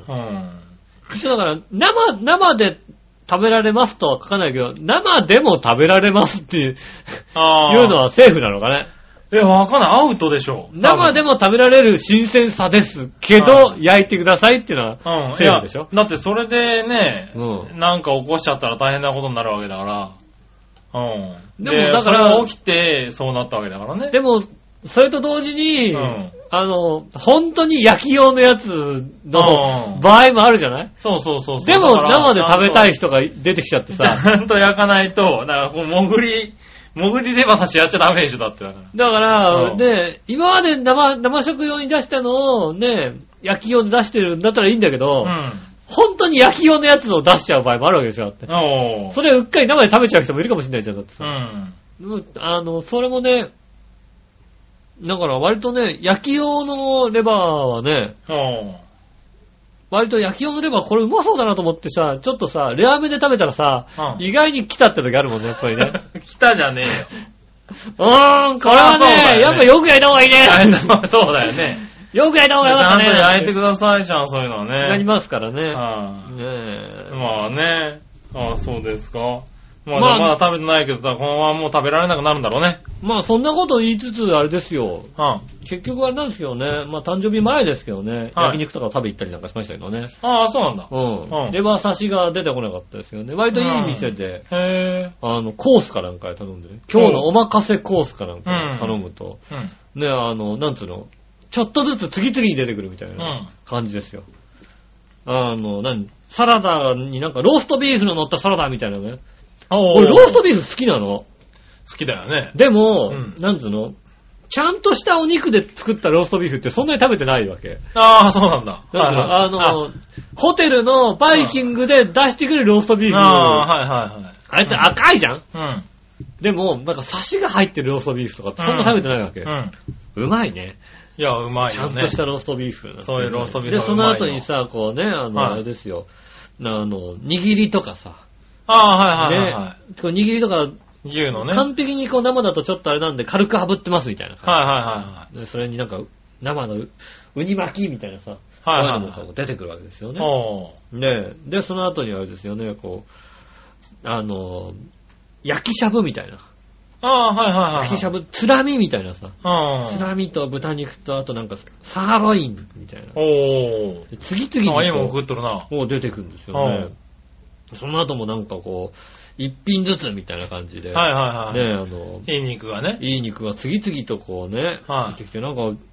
B: 一応だから、生、生で、食べられますとは書かないけど、生でも食べられますっていう、あいうのはセーフなのかね。
C: え、わかんない。アウトでしょ。
B: 生でも食べられる新鮮さですけど、焼いてくださいっていうのは、セーフでしょ、
C: うん、だってそれでね、うん、なんか起こしちゃったら大変なことになるわけだから。うん。でもだから、起きてそうなったわけだからね。
B: でも、それと同時に、うん、あの、本当に焼き用のやつの場合もあるじゃない、
C: そうそうそうそう。
B: でも生で食べたい人が出てきちゃってさ。
C: ちゃんと焼かないと、だからこう、潜り、潜りレバ刺しやっちゃダメでしょ、だってだから。
B: だから、ね、今まで生、生食用に出したのをね、焼き用で出してるんだったらいいんだけど、うん、本当に焼き用のやつを出しちゃう場合もあるわけでしょ、だって。おそれをうっかり生で食べちゃう人もいるかもしれないじゃん、だってさ。うん。あの、それもね、だから割とね、焼き用のレバーはね、割と焼き用のレバーこれうまそうだなと思ってさ、ちょっとさ、レアめで食べたらさ、うん、意外に来たって時あるもんね、やっぱりね。
C: 来たじゃねえよ。
B: うーん、これはね、ねやっぱよく焼いた方がいいね。
C: そうだよね。
B: よく焼いた方がよかったね。
C: ちゃんと焼いてくださいじゃん、そういうのはね。
B: やりますからね。
C: はあ、ねえ。まあね。ああ、そうですか。まあ、まあ、まだ食べてないけど、このままもう食べられなくなるんだろうね。
B: まあ、そんなこと言いつつ、あれですよ。はあ、結局あれなんですけどね。まあ、誕生日前ですけどね。はい、焼肉とか食べ行ったりなんかしましたけどね。
C: ああ、そうなんだ。
B: うん。うん、レバー刺しが出てこなかったですよね。割といい店で。うん、へあの、コースかなんかで頼んでね。今日のおまかせコースかなんかで頼むと。うんうん、ね、あの、なんつうの。ちょっとずつ次々に出てくるみたいな感じですよ。うん、あの、何サラダになんかローストビーフの乗ったサラダみたいなね。俺ローストビーフ好きなの。
C: 好きだよね。
B: でも、うん、なんつうのちゃんとしたお肉で作ったローストビーフってそんなに食べてないわけ。
C: ああ、そうなんだ。
B: なんつうの、はいはい、あの、あホテルのバイキングで出してくるローストビーフ。あ
C: あ、はいはいはい。
B: あれって赤いじゃん、
C: うん、
B: でも、なんかサシが入ってるローストビーフとかってそんな食べてないわけ。うん。うん、うまいね。
C: いや、うまいよね。
B: ちゃんとしたローストビーフ、ね。
C: そういうローストビーフ。
B: で、その後にさ、こうね、あの、はい、あれですよ。あの、握りとかさ。
C: ああ、はいはいはい、はい。
B: こう握りとか、
C: 牛のね。
B: 完璧にこう生だとちょっとあれなんで軽く炙ってますみたいな感じ。
C: はいはいはい、はい。
B: それになんか生のウニ巻きみたいなさ、はいはいはい、そういうのも出てくるわけですよね。ねで、その後にあれですよね、こう、あの、焼きしゃぶみたいな。
C: ああ、はいはいはい。
B: 焼きしゃぶ、つらみみたいなさ。つらみと豚肉とあとなんかサーロインみたいな。おー。次々に。
C: あ、今送っとるな。
B: もう出てくるんですよね。その後もなんかこう、一品ずつみたいな感じで。
C: はいはいはい。
B: ねあの、
C: いい肉がね。
B: いい肉が次々とこうね、はい、出てきて、なんか、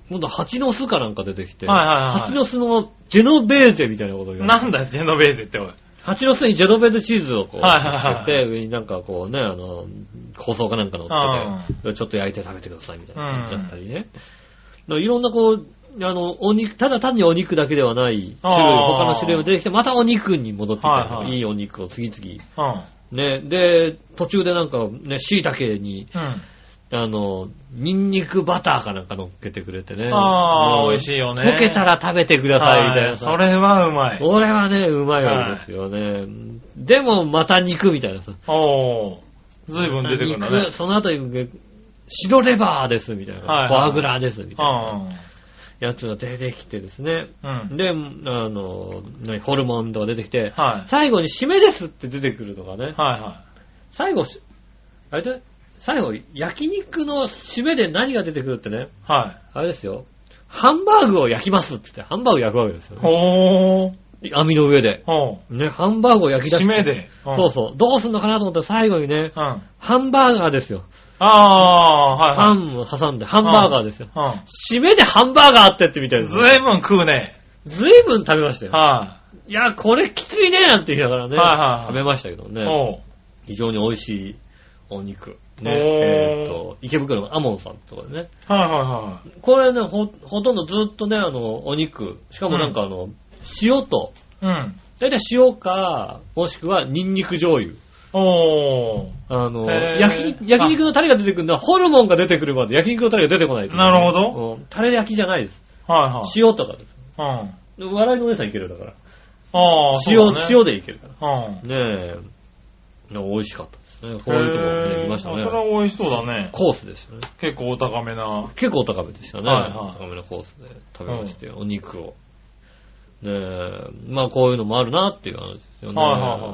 B: 今度蜂の巣かなんか出てきて、
C: はいはいはい、
B: 蜂の巣のジェノベーゼみたいなことを言われて。
C: なんだジェノベーゼっておい。
B: 蜂の巣にジェノベーゼチーズをこう、
C: はいはいはい、
B: つけて、上になんかこうね、あの、香草かなんか乗ってて、ちょっと焼いて食べてくださいみたいな感じだったりね。うん、いろんなこう、あの、お肉、ただ単にお肉だけではない種類、他の種類も出てきて、またお肉に戻ってきたり、はいはい、いいお肉を次々。うん、ね、で、途中でなんかね、椎茸に、うん、あの、ニンニクバターかなんか乗っけてくれてね。
C: ああ、美味しいよね。
B: 溶けたら食べてくださいみたいな。
C: それはうまい。
B: 俺はね、うまいわけですよね。はい、でも、また肉みたいなさ。
C: おー。ずいぶん出てくるんだね。
B: その後に、白レバーです、みたいな。はいはい、バーグラーです、みたいな。やつが出てきてですね。うん、で、あの、ホルモンとか出てきて、はい、最後に締めですって出てくるのがね。はいはい、最後、あれで、最後、焼肉の締めで何が出てくるってね。はい。あれですよ。ハンバーグを焼きますって言って、ハンバーグ焼くわけですよ、ね。ほー。網の上で。ほう。ね、ハンバーグを焼き出して。
C: 締めで。
B: そうそう。どうすんのかなと思ったら最後にね、うん、ハンバーガーですよ。
C: ああ、はい、はい。
B: パンを挟んで、ハンバーガーですよ。うん、締めでハンバーガーってってみたいです、
C: ね。ずいぶん食うね。
B: ずいぶん食べましたよ。
C: はい。
B: いや、これきついねなんて言いながらね。はいはい。食べましたけどね。
C: お
B: 非常に美味しいお肉。ね。えっと、池袋のアモンさんとかでね。
C: はいはいはい。
B: これね、ほ、ほとんどずっとね、あの、お肉。しかもなんかあの、うん、塩と。うん。だいたい塩か、もしくはニンニク醤油。
C: おー。
B: あの、焼肉、焼肉のタレが出てくるのは、ホルモンが出てくるまで焼肉のタレが出てこないと、
C: ね。なるほど。
B: うん。タレ焼きじゃないです。
C: はいはい。
B: 塩とかです。うん。笑いのお姉さんいけるだから。ああ、塩、ね、塩でいけるから。うん。ねえ。美味しかったですね。こういうところね、いましたね。
C: それは美味しそうだね。
B: コースですよね。
C: 結構お高めな。
B: 結構お高めでしたね。はいはい。お高めなコースで食べまして、うん、お肉を。ねえ、まあこういうのもあるなっていう話ですよね。はいはいはい。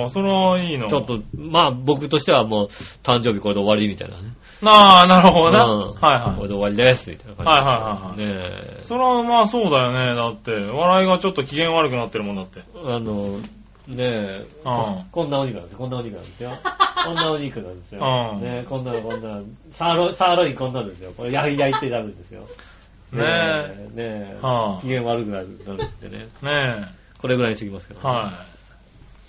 C: ああ、それはいいの。
B: ちょっと、まあ僕としてはもう誕生日これで終わりみたいなね。
C: ああ、なるほどな。うん、はいはい。
B: これで終わりですみたいな感じで。
C: はいはいはい。ねえ。それはまあそうだよね。だって、笑いがちょっと機嫌悪くなってるもんだって。
B: あの、ねえ、こ, こんなお肉なんですよ。こんなお肉なんですよ。こんなお肉なんですよ。ねえ、こんなのこんな、サーロ、サーロインこんなんですよ。これ焼いて食べるんですよ。ねえ、ねえ、はあ、機嫌悪くなるなるってね。ねえ。これぐらいにしてきますけど、ね。はい。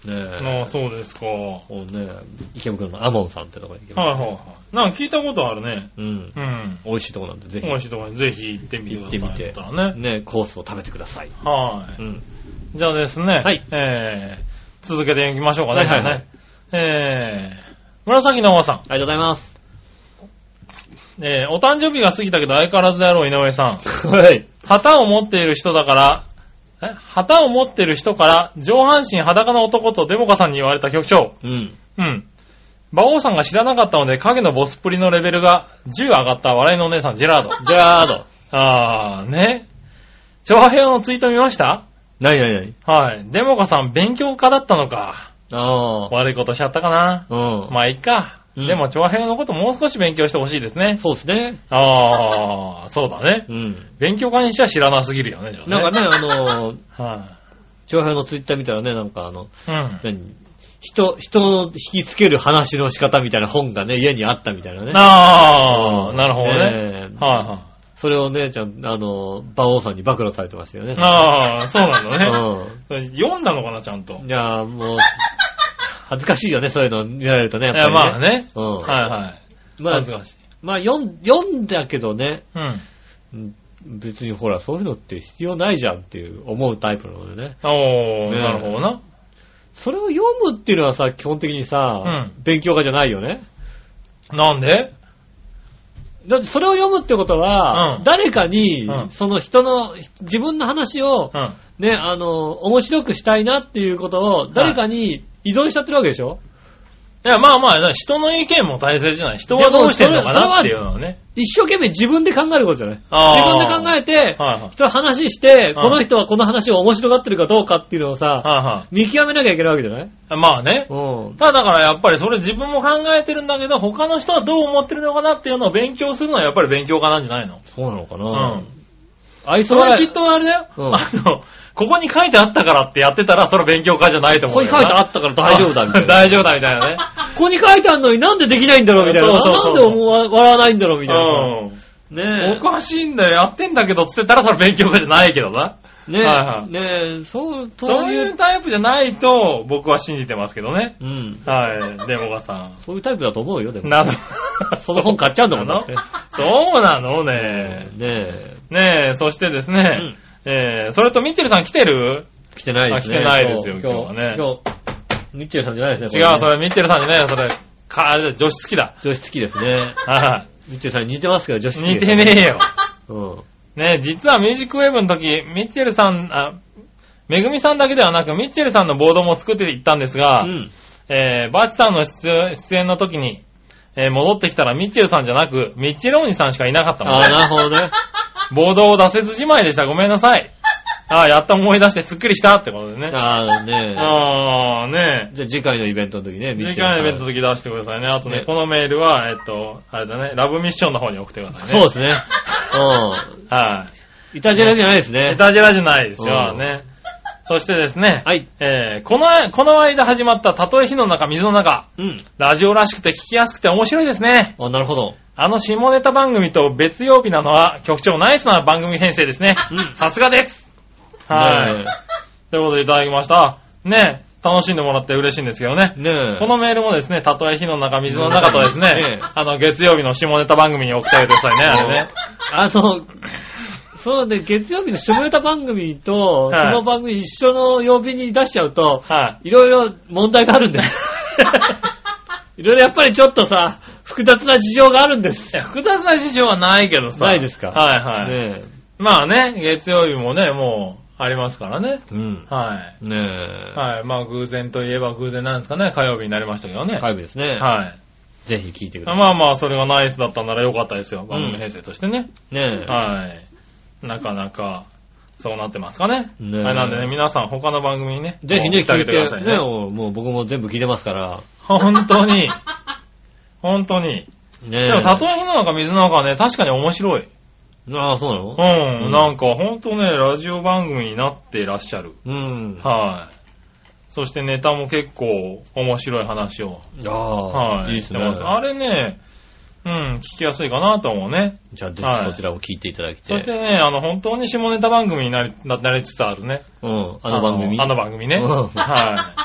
B: ねえ。
C: ああ、そうですか。も
B: うね、池袋のアモンさんってとこに行きます、
C: ね。はいはいはい。なんか聞いたことあるね。
B: うん。うん。美味しいとこなんで、ぜひ。
C: 美味しいとこにぜひ行ってみてください。行ってみて。
B: ね。ね、コースを食べてください。
C: はい。うん。じゃあですね。はい。えー、続けていきましょうかね。はいはいはい。えー、紫のおばさん。あ
B: りがとうございます。
C: えー、お誕生日が過ぎたけど相変わらずであろう井上さん。
B: はい。
C: 旗を持っている人だから、え旗を持っている人から上半身裸の男とデモカさんに言われた局長。うん。うん。馬王さんが知らなかったので影のボスプリのレベルがじゅう上がった笑いのお姉さん、ジェラード。
B: ジェラード。
C: あー、ね。長平のツイート見ました？
B: なになになに？
C: はい。デモカさん勉強家だったのか。
B: あー。
C: 悪いことしちゃったかな。うん。まあいいか。うん、でも、長平のこともう少し勉強してほしいですね。
B: そうですね。
C: ああ、そうだね。うん。勉強家にしては知らなすぎるよね、じゃあね。
B: なんかね、あのー、はい、長平のツイッター見たらね、なんかあの、うん。何人、人の引きつける話の仕方みたいな本がね、家にあったみたいなね。
C: ああ、うん、なるほどね。ねはいはい。
B: それをね、ちゃんあの、馬王さんに暴露されてましたよね。
C: ああ、そうなんだね。うん。読んだのかな、ちゃんと。
B: いや、もう、恥ずかしいよね、そういうの見られるとね、やっぱり、ね。
C: いや、まあね。うん。はいはい。
B: まあ、恥ずかしい。まあ、読ん、読んだけどね。うん。別にほら、そういうのって必要ないじゃんっていう思うタイプなのでね。
C: おー、ね、なるほどな。
B: それを読むっていうのはさ、基本的にさ、うん、勉強家じゃないよね。
C: なんで？
B: だってそれを読むってことは、うん、誰かに、うん、その人の、自分の話を、うん、ね、あの、面白くしたいなっていうことを、誰かに依存しちゃってるわけでしょ？
C: いや、まあまあ、人の意見も大切じゃない。人はどうしてるのかなっていうのはね。
B: 一生懸命自分で考えることじゃない。自分で考えて、はいはい、人は話して、この人はこの話を面白がってるかどうかっていうのをさ、はいはい、見極めなきゃいけないわけじゃない？
C: まあね。うん。ただだからやっぱりそれ自分も考えてるんだけど、他の人はどう思ってるのかなっていうのを勉強するのはやっぱり勉強家なんじゃないの？
B: そうなのかな？
C: うん。あいつはきっとあれだよ。うん、あの、ここに書いてあったからってやってたら、それ勉強家じゃないと思うよ。
B: ここに書いてあったから大丈夫だみたいな。
C: 大丈夫だみたいなね。
B: ここに書いてあるのになんでできないんだろうみたいな。そうそうそうなんで笑わないんだろうみたいな。うん。 ねえ。
C: おかしいんだよ、やってんだけどつってたらそれ勉強家じゃないけどな。
B: ねえ、
C: はいはい、
B: ねえ、そう、
C: そういうタイプじゃないと僕は信じてますけどね。
B: うん。
C: はい、デモカさん。
B: そういうタイプだと思うよ、でも。
C: なの。
B: その本買っちゃうんだもんな。
C: そうなのね。
B: ねえ。
C: ねえ、そしてですね、うんえー、それとミッチェルさん来てる？
B: 来てないですね。
C: 来てないですよ、今日はね。
B: 今日、ミッチェルさんじゃないですね。
C: 違う、ね、それミッチェルさんじゃないよ、それ。か、あれ、女子好きだ。
B: 女子好きですね。
C: はい。
B: ミッチェルさんに似てますけど、女子好き
C: です、ね。似てねえよ。
B: うん。
C: ね実はミュージックウェーブの時、ミッチェルさん、あ、めぐみさんだけではなく、ミッチェルさんのボードも作っていったんですが、うん、えー、バーチさんの出演の時に、えー、戻ってきたらミッチェルさんじゃなく、ミッチェルおにさんしかいなかったので。
B: ああ、なるほどね。
C: ボードを出せずじまいでした。ごめんなさい。ああ、やっと思い出してすっきりしたってことでね。
B: ああ、ねえ。
C: ああ、ね
B: え。じゃあ次回のイベントの時ね。
C: 次回のイベントの時出してくださいね。あとね、ねこのメールは、えっと、あれだね、ラブミッションの方に送ってくださいね。
B: そうですね。うん。
C: はい。
B: イタジェラじゃないですね。
C: イタジェラじゃないですよ。ね。そしてですね。
B: はい。
C: えー、この、この間始まったたとえ火の中、水の中。うん。ラジオらしくて聞きやすくて面白いですね。
B: あ、なるほど。
C: あの下ネタ番組と別曜日なのは局長ナイスな番組編成ですね。うん。さすがです。はい。ということでいただきました。ねえ、楽しんでもらって嬉しいんですけどね。ねえ。このメールもですね、たとえ火の中、水の中とですね、ねあの、月曜日の下ネタ番組に送ってあげてくださいね、あれね。
B: あの、そうで、月曜日の下ネタ番組と、はい、その番組一緒の曜日に出しちゃうと、はい、いろいろ問題があるんです。いろいろやっぱりちょっとさ、複雑な事情があるんです。
C: いや、複雑な事情はないけどさ。
B: ないですか。
C: はいはい。ねえまあね、月曜日もね、もう、ありますからね。
B: うん。
C: はい。
B: ねえ。
C: はい。まあ偶然といえば偶然なんですかね。火曜日になりましたけどね。
B: 火曜日ですね。
C: はい。
B: ぜひ聞いてください。
C: まあまあ、それがナイスだったんならよかったですよ。番組編成としてね。
B: うん、ねえ。
C: はい。なかなか、そうなってますかね。ねえ。はい、なんでね、皆さん他の番組にね。
B: ぜひね、聞いてあげてくださいね。ねもう僕も全部聞いてますから。
C: 本当に。本当に。ねえ。でも、たとえ火の中、水の中はね、確かに面白い。
B: ああ、そうなの
C: うん、うん。なんか、ほんとね、ラジオ番組になっていらっしゃる。
B: うん。
C: はい。そしてネタも結構面白い話を。
B: ああ、はい。いいですね。
C: あれね、うん、聞きやすいかなと思うね。
B: じゃあ、ぜひそちらを聞いていただきて、
C: はい。そしてね、あの、本当に下ネタ番組になり、なりつつあるね。
B: うん、あの番組。
C: あの、あの番組ね。はい。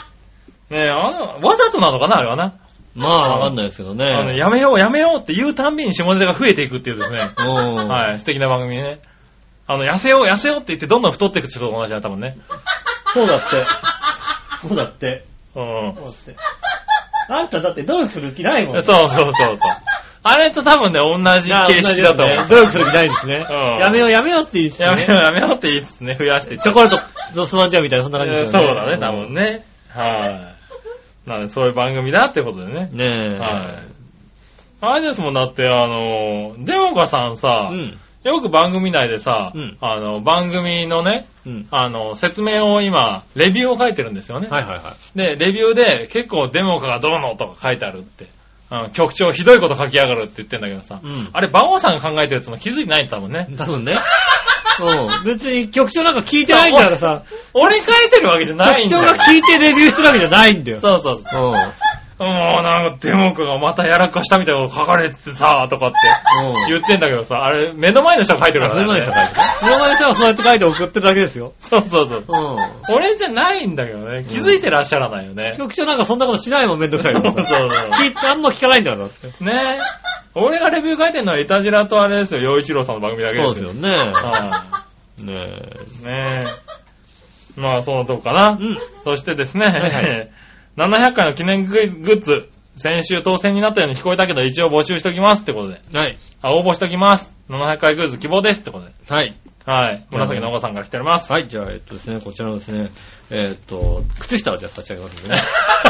C: ねあの、わざとなのかな、あれはな。
B: まあ、わかんないですけどね。
C: あの、やめよう、やめようって言うたんびに下ネタが増えていくっていうですね。はい、素敵な番組ね。あの、痩せよう、痩せようって言ってどんどん太っていく人と同じだ、多分ね。
B: そうだって。そうだって。
C: うん。
B: そうだって。あんただって努力する気ないもんね。
C: そうそうそうそう。あれと多分ね、同じ形式だと思う。
B: ね、努力する気ないんですね。うん。やめよう、やめようって言いつつね。
C: やめよう、やめようって言いつつね、増やして。
B: チョコレート、ゾスマンジャーみたいな、そんな感じです
C: ね。そうだね、多分ね。はい。なので、そういう番組だってことでね。
B: ねえ。
C: はい。あれですもん、だって、あの、デモカさんさ、うん、よく番組内でさ、うん、あの、番組のね、うん、あの、説明を今、レビューを書いてるんですよね。
B: はいはいはい。
C: で、レビューで結構デモカがどうのとか書いてあるって。あの局長ひどいこと書きやがるって言ってんだけどさ、うん、あれ、馬王さんが考えてるやつの気づいてない多分ね。
B: 多分ね。うん。別に局長なんか聞いてないんだからさ。
C: 俺書いてるわけじゃないんだよ。
B: 局長が聞いてレビューしてるわけじゃないんだよ。
C: そうそうそう。うん。もうなんかデモカがまたやらかしたみたいなこと書かれてさ、とかって言ってんだけどさ、あれ目の前の人が書いてるからね。
B: 目の前の人が書いてる。目の前の人がそうやって書いて送ってるだけですよ。
C: そうそうそう。うん。俺じゃないんだけどね。気づいてらっしゃらないよね。
B: 局長なんかそんなことしないもん、めんどくさいから。
C: そうそうそう。
B: 聞いてあんま聞かないんだからって。
C: ねえ。俺がレビュー書いてるのはイタジラとあれですよ、洋一郎さんの番組だけですよ。
B: そうですよね。
C: はい。ねえ。ねえ。まあ、そのとこかな。うん。そしてですね、はいはい、ななひゃっかいの記念グッズ。先週当選になったように聞こえたけど一応募集しときますってことで。
B: はい。
C: あ、応募しときます。ななひゃっかいグッズ希望ですってことで。
B: はい。
C: はい。紫のおばさんから来ております。
B: はい。じゃあ、えっとですね、こちらのですね、えー、っと、靴下をじゃあ差し上げますんでね。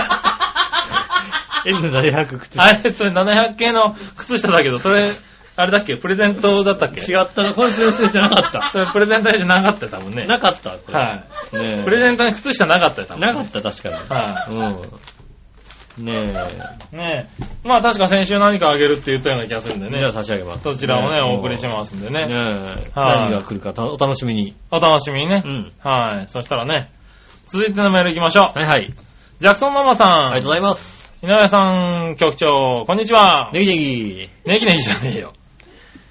B: エヌななひゃく 靴下。
C: あれ、それななひゃく系の靴下だけど、それ、あれだっけプレゼントだったっけ
B: 違ったの。これプレゼントじゃなかった。
C: それプレゼントじゃなかったよ、多分ね。
B: なかった。
C: はい。ねプレゼントに靴下なかったよ、多分、
B: ね。なかった、確かに。
C: はい。うん。
B: ねえ。
C: ねえ。まあ確か先週何かあげるって言ったような気がするんでね。
B: じゃあ差し上げます。
C: そちらをね、お送りしますんでね。
B: ねえ。何が来るかお楽しみに。
C: お楽しみにね。
B: うん。
C: はい。そしたらね、続いてのメール行きましょ
B: う。はいはい。
C: ジャクソンママさん。あ
B: りがとうございます。
C: 井上さん、局長、こんにちは。
B: ネギネギ。
C: ネギネギじゃねえよ。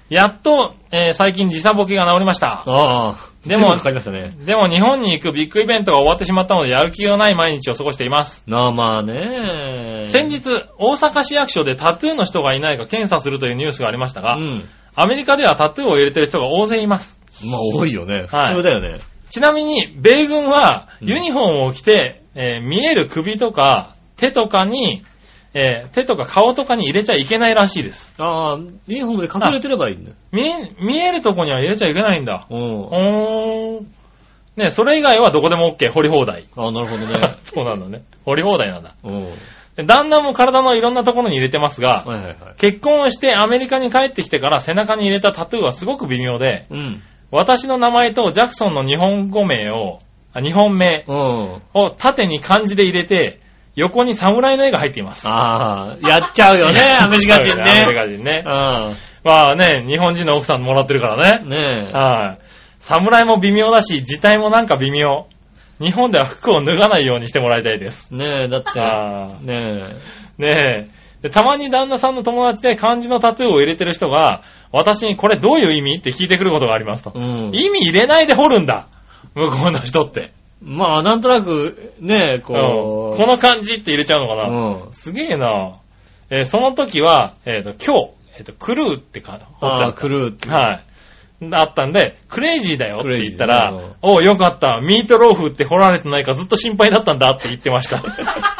C: やっと、えー、最近時差ボケが治りました。
B: ああ。
C: でも、
B: かかりましたね。
C: でも日本に行くビッグイベントが終わってしまったので、やる気がない毎日を過ごしています。
B: ああ、まあね。
C: 先日、大阪市役所でタトゥーの人がいないか検査するというニュースがありましたが、うん、アメリカではタトゥーを入れてる人が大勢います。
B: まあ多いよね。普通だよね。はい、
C: ちなみに、米軍はユニフォームを着て、うんえー、見える首とか手とかに、えー、手とか顔とかに入れちゃいけないらしいです。
B: ああ、ユニフォームで隠れてればいいんだ。
C: 見え、見えるとこには入れちゃいけないんだ。うん。おー。ね、それ以外はどこでも OK、掘り放題。
B: ああ、なるほどね。
C: そうなんだね。掘り放題なんだ。うん。旦那も体のいろんなところに入れてますが、はいはいはい、結婚をしてアメリカに帰ってきてから背中に入れたタトゥーはすごく微妙で、うん、私の名前とジャクソンの日本語名を、あ日本名を縦に漢字で入れて、横に侍の絵が入っています。
B: ああ、やっちゃうよね、アメリカ人ね。
C: アメリカ人ね。うん。まあね、日本人の奥さんもらってるからね。
B: ねえ。
C: はい。侍も微妙だし、字体もなんか微妙。日本では服を脱がないようにしてもらいたいです。
B: ねえ、だって。あね
C: え。ねえで。たまに旦那さんの友達で漢字のタトゥーを入れてる人が、私にこれどういう意味って聞いてくることがありますと。うん、意味入れないで掘るんだ。向こうの人って。
B: まあ、なんとなく、ね、こ
C: う、うん。この漢字って入れちゃうのかな。うん、すげえな。えー、その時は、えっ、ー、と、今日、えっ、ー、と、クルーってか、
B: ああ、クルーって。
C: はい。あったんで、クレイジーだよって言ったら、おう、よかった。ミートローフって掘られてないかずっと心配だったんだって言ってました。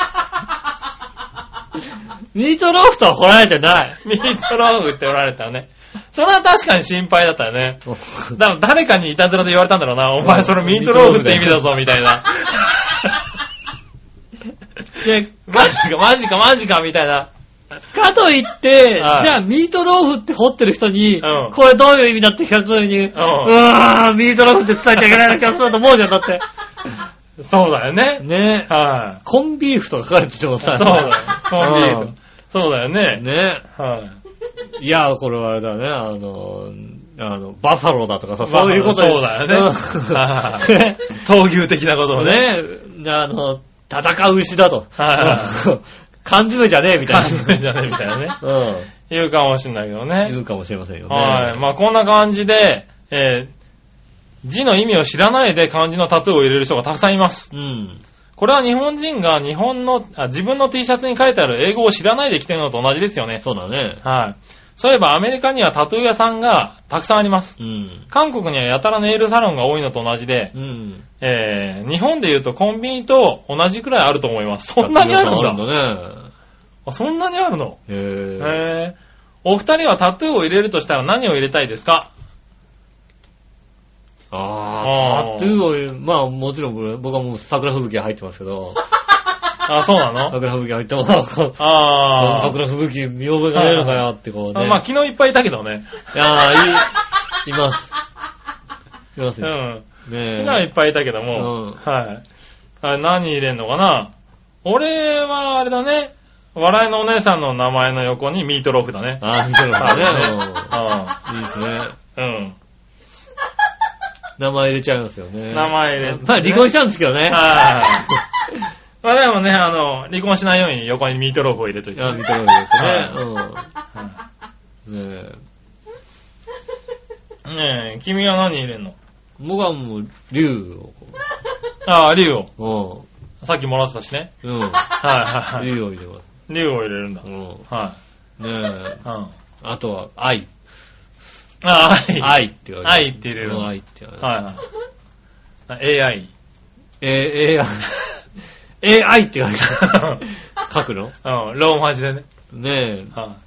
B: ミートローフとは掘られてない。
C: ミートローフって掘られたね。それは確かに心配だったよね。だから誰かにいたずらで言われたんだろうな。お前それミートローフって意味だぞ、みたいな。で、マジか、マジか、マジか、みたいな。
B: かといって、はい、じゃあミートローフって掘ってる人に、うん、これどういう意味だって聞かれた時に、うん、うわー、ミートローフって伝えちゃいけないな気がすると思うじゃん、だって。
C: そうだよね。
B: ねえ。はい。コンビーフとか書かれててもさ。
C: そうだよ。コンビーフ。そうだよね。
B: ねえ。はい。いや、これはあれだね、あの、あの、バファローだとかさ、そういうこと
C: そうだよね。闘牛的なことをね。
B: ねあの、戦う牛だと。缶詰じゃねえみたいな。
C: 缶詰じゃねえみたいなね。うん。言うかもしれないけどね。
B: 言うかもしれませんよね。
C: はい。まあこんな感じで、えー、字の意味を知らないで漢字のタトゥーを入れる人がたくさんいます。うん。これは日本人が日本の、あ、自分の T シャツに書いてある英語を知らないで着てるのと同じですよね。
B: そうだね。
C: はい。そういえばアメリカにはタトゥー屋さんがたくさんあります。うん。韓国にはやたらネイルサロンが多いのと同じで、うん。えー、日本で言うとコンビニと同じくらいあると思います。そんなにあるんだ。あるんだね。あ、そんなにあるの？へー。へー。お二人はタトゥーを入れるとしたら何を入れたいですか？
B: あー、タトゥーを入れる。まあもちろん僕はもう桜吹雪が入ってますけど。
C: あ、そうなの？
B: 桜吹雪入ってます。あー。桜吹雪見覚えが出るのかよってこうね。
C: まあ昨日いっぱいいたけどね。
B: いやー、い、います。いますよ。
C: うん。ねえ。昨日いっぱいいたけども。うん。はい。あれ何入れんのかな？俺はあれだね。笑いのお姉さんの名前の横にミートローフだね。
B: あー、ミートローフだね。うん。いいですね。うん。名前入れちゃいますよね。
C: 名前入れ、ね。
B: まあ離婚しちゃうんですけどね。はい。
C: まあでもね、あの、離婚しないように横にミートローフを入れといて。
B: あ、ミートローフ入れてね。うん。ね
C: え。ねえ、君は何入れんの？
B: 僕はもう、竜を。
C: ああ、竜を。うん。さっきもらってたしね。うん。はいはいはい。
B: 竜を入れます。
C: 竜を入れるんだ。うん。はい。
B: ねえ。うん。あとは、愛。
C: ああ、愛。
B: 愛って言われる。
C: 愛って入れる。
B: 愛って言われる。
C: はいはい。エーアイ。
B: え、エーアイ。エーアイ って言われる。書くの？
C: うん、ローマ字でね。
B: ねえ。はい。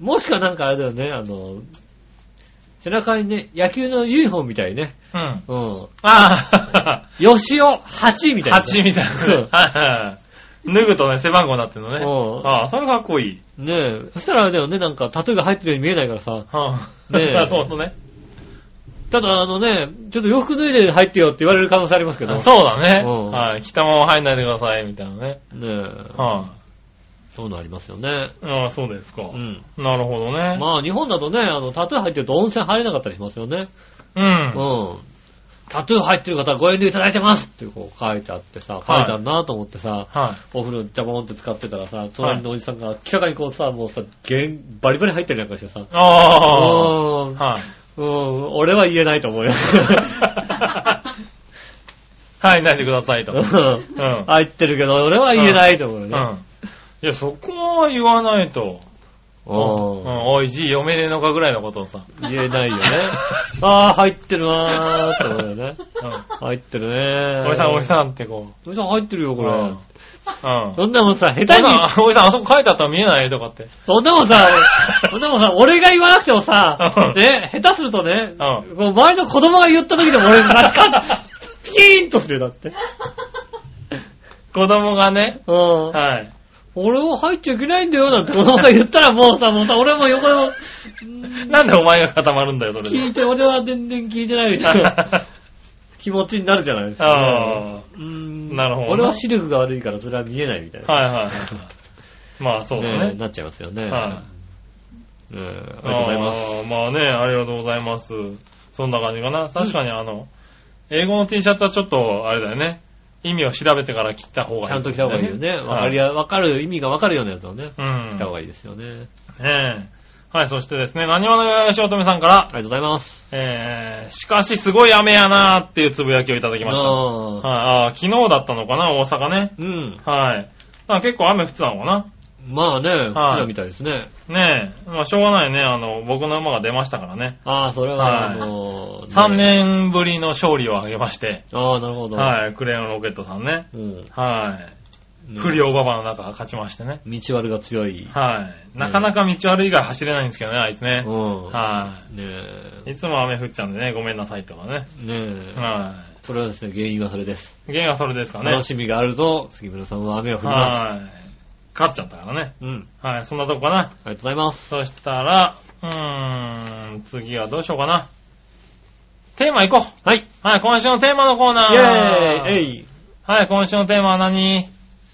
B: もしかなんかあれだよね、あの、背中にね、野球のユニフォームみたいね。うん。うん。ああ。吉尾はちみたいな。
C: はちみたいな。はいはい。脱ぐとね、背番号になってるのね。うん。ああ、それかっこいい。
B: ねえ。そしたらあれだよね、なんかタトゥーが入ってるように見えないからさ。はあ、
C: ねえ。なるほどね。
B: ただあのね、ちょっと洋服脱いで入ってよって言われる可能性ありますけど。
C: そうだね。うん、はい。着たまま入んないでください、みたいなね。
B: ねえ。はい。そういうのありますよね。
C: ああ、そうですか。うん。なるほどね。
B: まあ日本だとね、あの、タトゥー入ってると温泉入れなかったりしますよね。うん。うん。 タトゥー入ってる方はご遠慮いただいてますってこう書いてあってさ、書いてあるなと思ってさ、はい、お風呂ジャボンって使ってたらさ、隣のおじさんが明らかにこうさ、もうさ、バリバリ入ってるなんかしてさ、ああ、うん、はい、うん、俺は言えないと思うよ。
C: はい、ないでくださいと。うん。
B: 入ってるけど、俺は言えないと思うよね。うん。うん、
C: いや、そこは言わないと。うん、おいじい読めねえのかぐらいのことをさ。
B: 言えないよね。ああ、入ってるなーって思うよね。うん。入ってるねー。
C: おじさん、おじさんってこう。
B: おじさん入ってるよ、これ。うん。うん。そんなもんさ、下手に。
C: おじさん、あそこ書いてあったら見えないとかって。
B: そんなもんさ、そんなもんさ、俺が言わなくてもさ、ね、下手するとね、うん。こう周りの子供が言った時でも俺がカッピキーンとしてるだって。
C: 子供がね。
B: うん。はい。俺は入っちゃいけないんだよなんて子供が言ったらもうさ、もうさ、俺も横でも。
C: なんでお前が固まるんだよ、それで。
B: 聞いて、俺は全然聞いてないけど。気持ちになるじゃないですか、ね。ああ。うーん。なるほど。俺は視力が悪いからそれは見えないみたいな。
C: はいはいはい。まあそうだね。
B: ねなっちゃいますよね。はい。
C: えー、ありがとうございます。まあね、ありがとうございます。そんな感じかな。確かにあの、英語の T シャツはちょっと、あれだよね。意味を調べてから切った方がいい、ね。
B: ちゃんと着た方がいいよね。わかりや、わかる、意味がわかるようなやつをね。うん。着た方がいいですよね。ね
C: え。はい、そしてですね、何話のよしおとめさんから。あ
B: りがとうございます。
C: えー、しかしすごい雨やなーっていうつぶやきをいただきました。あ、はい、あ、昨日だったのかな、大阪ね。うん。はい。結構雨降ってたのかな。
B: まあね、降ってたみたいですね。
C: ねえ、まあしょうがないね、あの、僕の馬が出ましたからね。
B: ああ、それは、はい、あのー、
C: さんねんぶりの勝利を挙げまして。
B: ああ、なるほど。
C: はい、クレヨンロケットさんね。うん。はい。不良馬場の中勝ちましてね。
B: 道悪が強い。
C: はい。なかなか道悪以外走れないんですけどね、あいつね。うん。はい。ねえ。いつも雨降っちゃうんでね、ごめんなさいとかね。ね
B: え。はい。それはですね、原因はそれです。
C: 原因はそれですかね。
B: 楽しみがあると、杉村さんは雨を降ります。はい。
C: 勝っちゃったからね。うん。はい、そんなとこかな。あ
B: りがとうございます。
C: そしたら、うーん、次はどうしようかな。テーマ行こう。はい。はい、今週のテーマのコーナー。イェーイ。えい。はい、今週のテーマは何？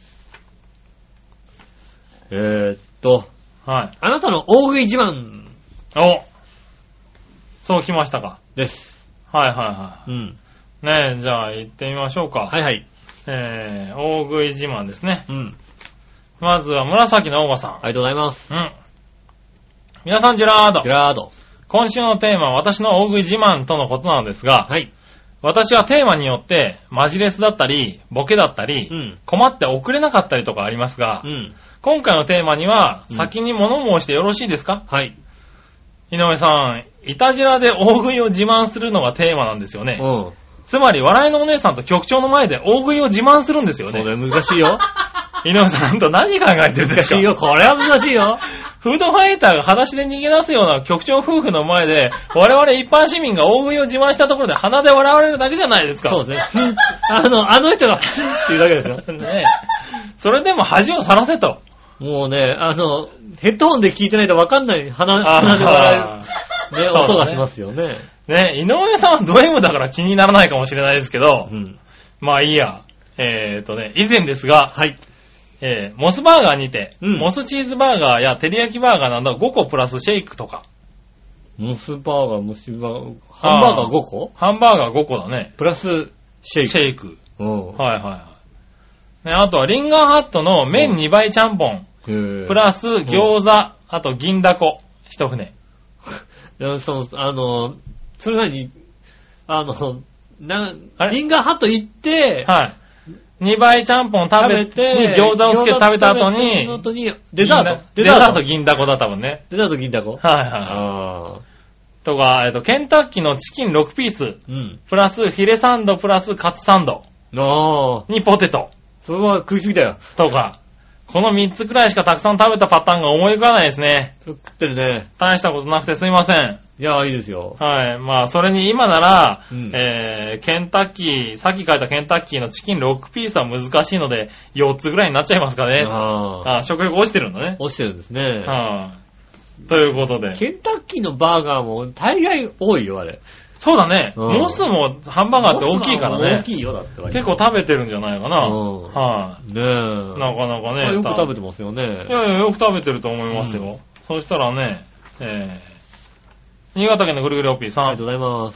B: えーっと。はい。あなたの大食い自慢。
C: お。そう来ましたか。
B: です。
C: はいはいはい。うん。ねえ、じゃあ行ってみましょうか。
B: はいはい。
C: えー、大食い自慢ですね。うん。まずは紫のオーガさん。
B: ありがとうございます。うん。
C: 皆さん、ジェラード。
B: ジェラード。
C: 今週のテーマは私の大食い自慢とのことなのですが、はい。私はテーマによって、マジレスだったり、ボケだったり、うん、困って送れなかったりとかありますが、うん、今回のテーマには、先に物申してよろしいですか？うん、はい。井上さん、イタジラで大食いを自慢するのがテーマなんですよね。うん。つまり、笑いのお姉さんと局長の前で大食いを自慢するんですよね。
B: そうだよ、難しいよ。
C: 井上さんと何考えてるんですか？
B: 難しいよ、これは難しいよ。
C: フードファイターが裸足で逃げ出すような局長夫婦の前で、我々一般市民が大食いを自慢したところで鼻で笑われるだけじゃないですか。
B: そうですね。あの、あの人が、っていうだけですよ。ね。
C: それでも恥をさらせと。
B: もうね、あの、ヘッドホンで聞いてないと分かんない鼻、鼻で笑える、ね、音がしますよね。
C: ね、井上さんはド M だから気にならないかもしれないですけど、うん、まあいいや。えーとね、以前ですが、はい。えー、モスバーガーにて、うん、モスチーズバーガーや照り焼きバーガーなどごこプラスシェイクとか。
B: モスバーガー、モスバーガー、ハンバーガーごこ？
C: ハンバーガーごこだね。
B: プラスシェイク。
C: シェイク。うん。はいはいはい。ね、あとはリンガーハットの麺にばいちゃんぽん。プラス餃子、あと銀だこ、一船。
B: いや、そう、あの、それなに、あの、な、リンガーハット行って、
C: はい。にばいちゃんぽん食べて、餃子をつけて食べた後に、
B: 後にデザート
C: デザート銀だこだ多分ね。
B: デザート銀だこ？
C: はいはい。あとか、えっと、ケンタッキーのチキンろくピース、うん、プラスフィレサンドプラスカツサンド。あにポテト。
B: それは食いすぎだよ。
C: とか、このみっつくらいしかたくさん食べたパターンが思い浮かばないですね。
B: 食ってるね。
C: 大したことなくてすいません。
B: いや、いいですよ。
C: はい。まあ、それに今なら、うん、えー、ケンタッキー、さっき書いたケンタッキーのチキンろくピースは難しいので、よっつぐらいになっちゃいますかね。ああ、食欲落ちてるんだね。
B: 落ちてるんですね。
C: はあ、ということで。
B: ケンタッキーのバーガーも大概多いよ、あれ。
C: そうだね。うん、モスもハンバーガーって大きいからね。
B: 大きいよ、だって。
C: 結構食べてるんじゃないかな。うん、はい、
B: あ、ねえ。
C: なかなかね。
B: よく食べてますよね。
C: いやいや、よく食べてると思いますよ。うん、そしたらね、えー、新潟県のぐるぐるおっぴーさん。
B: ありがとうございます。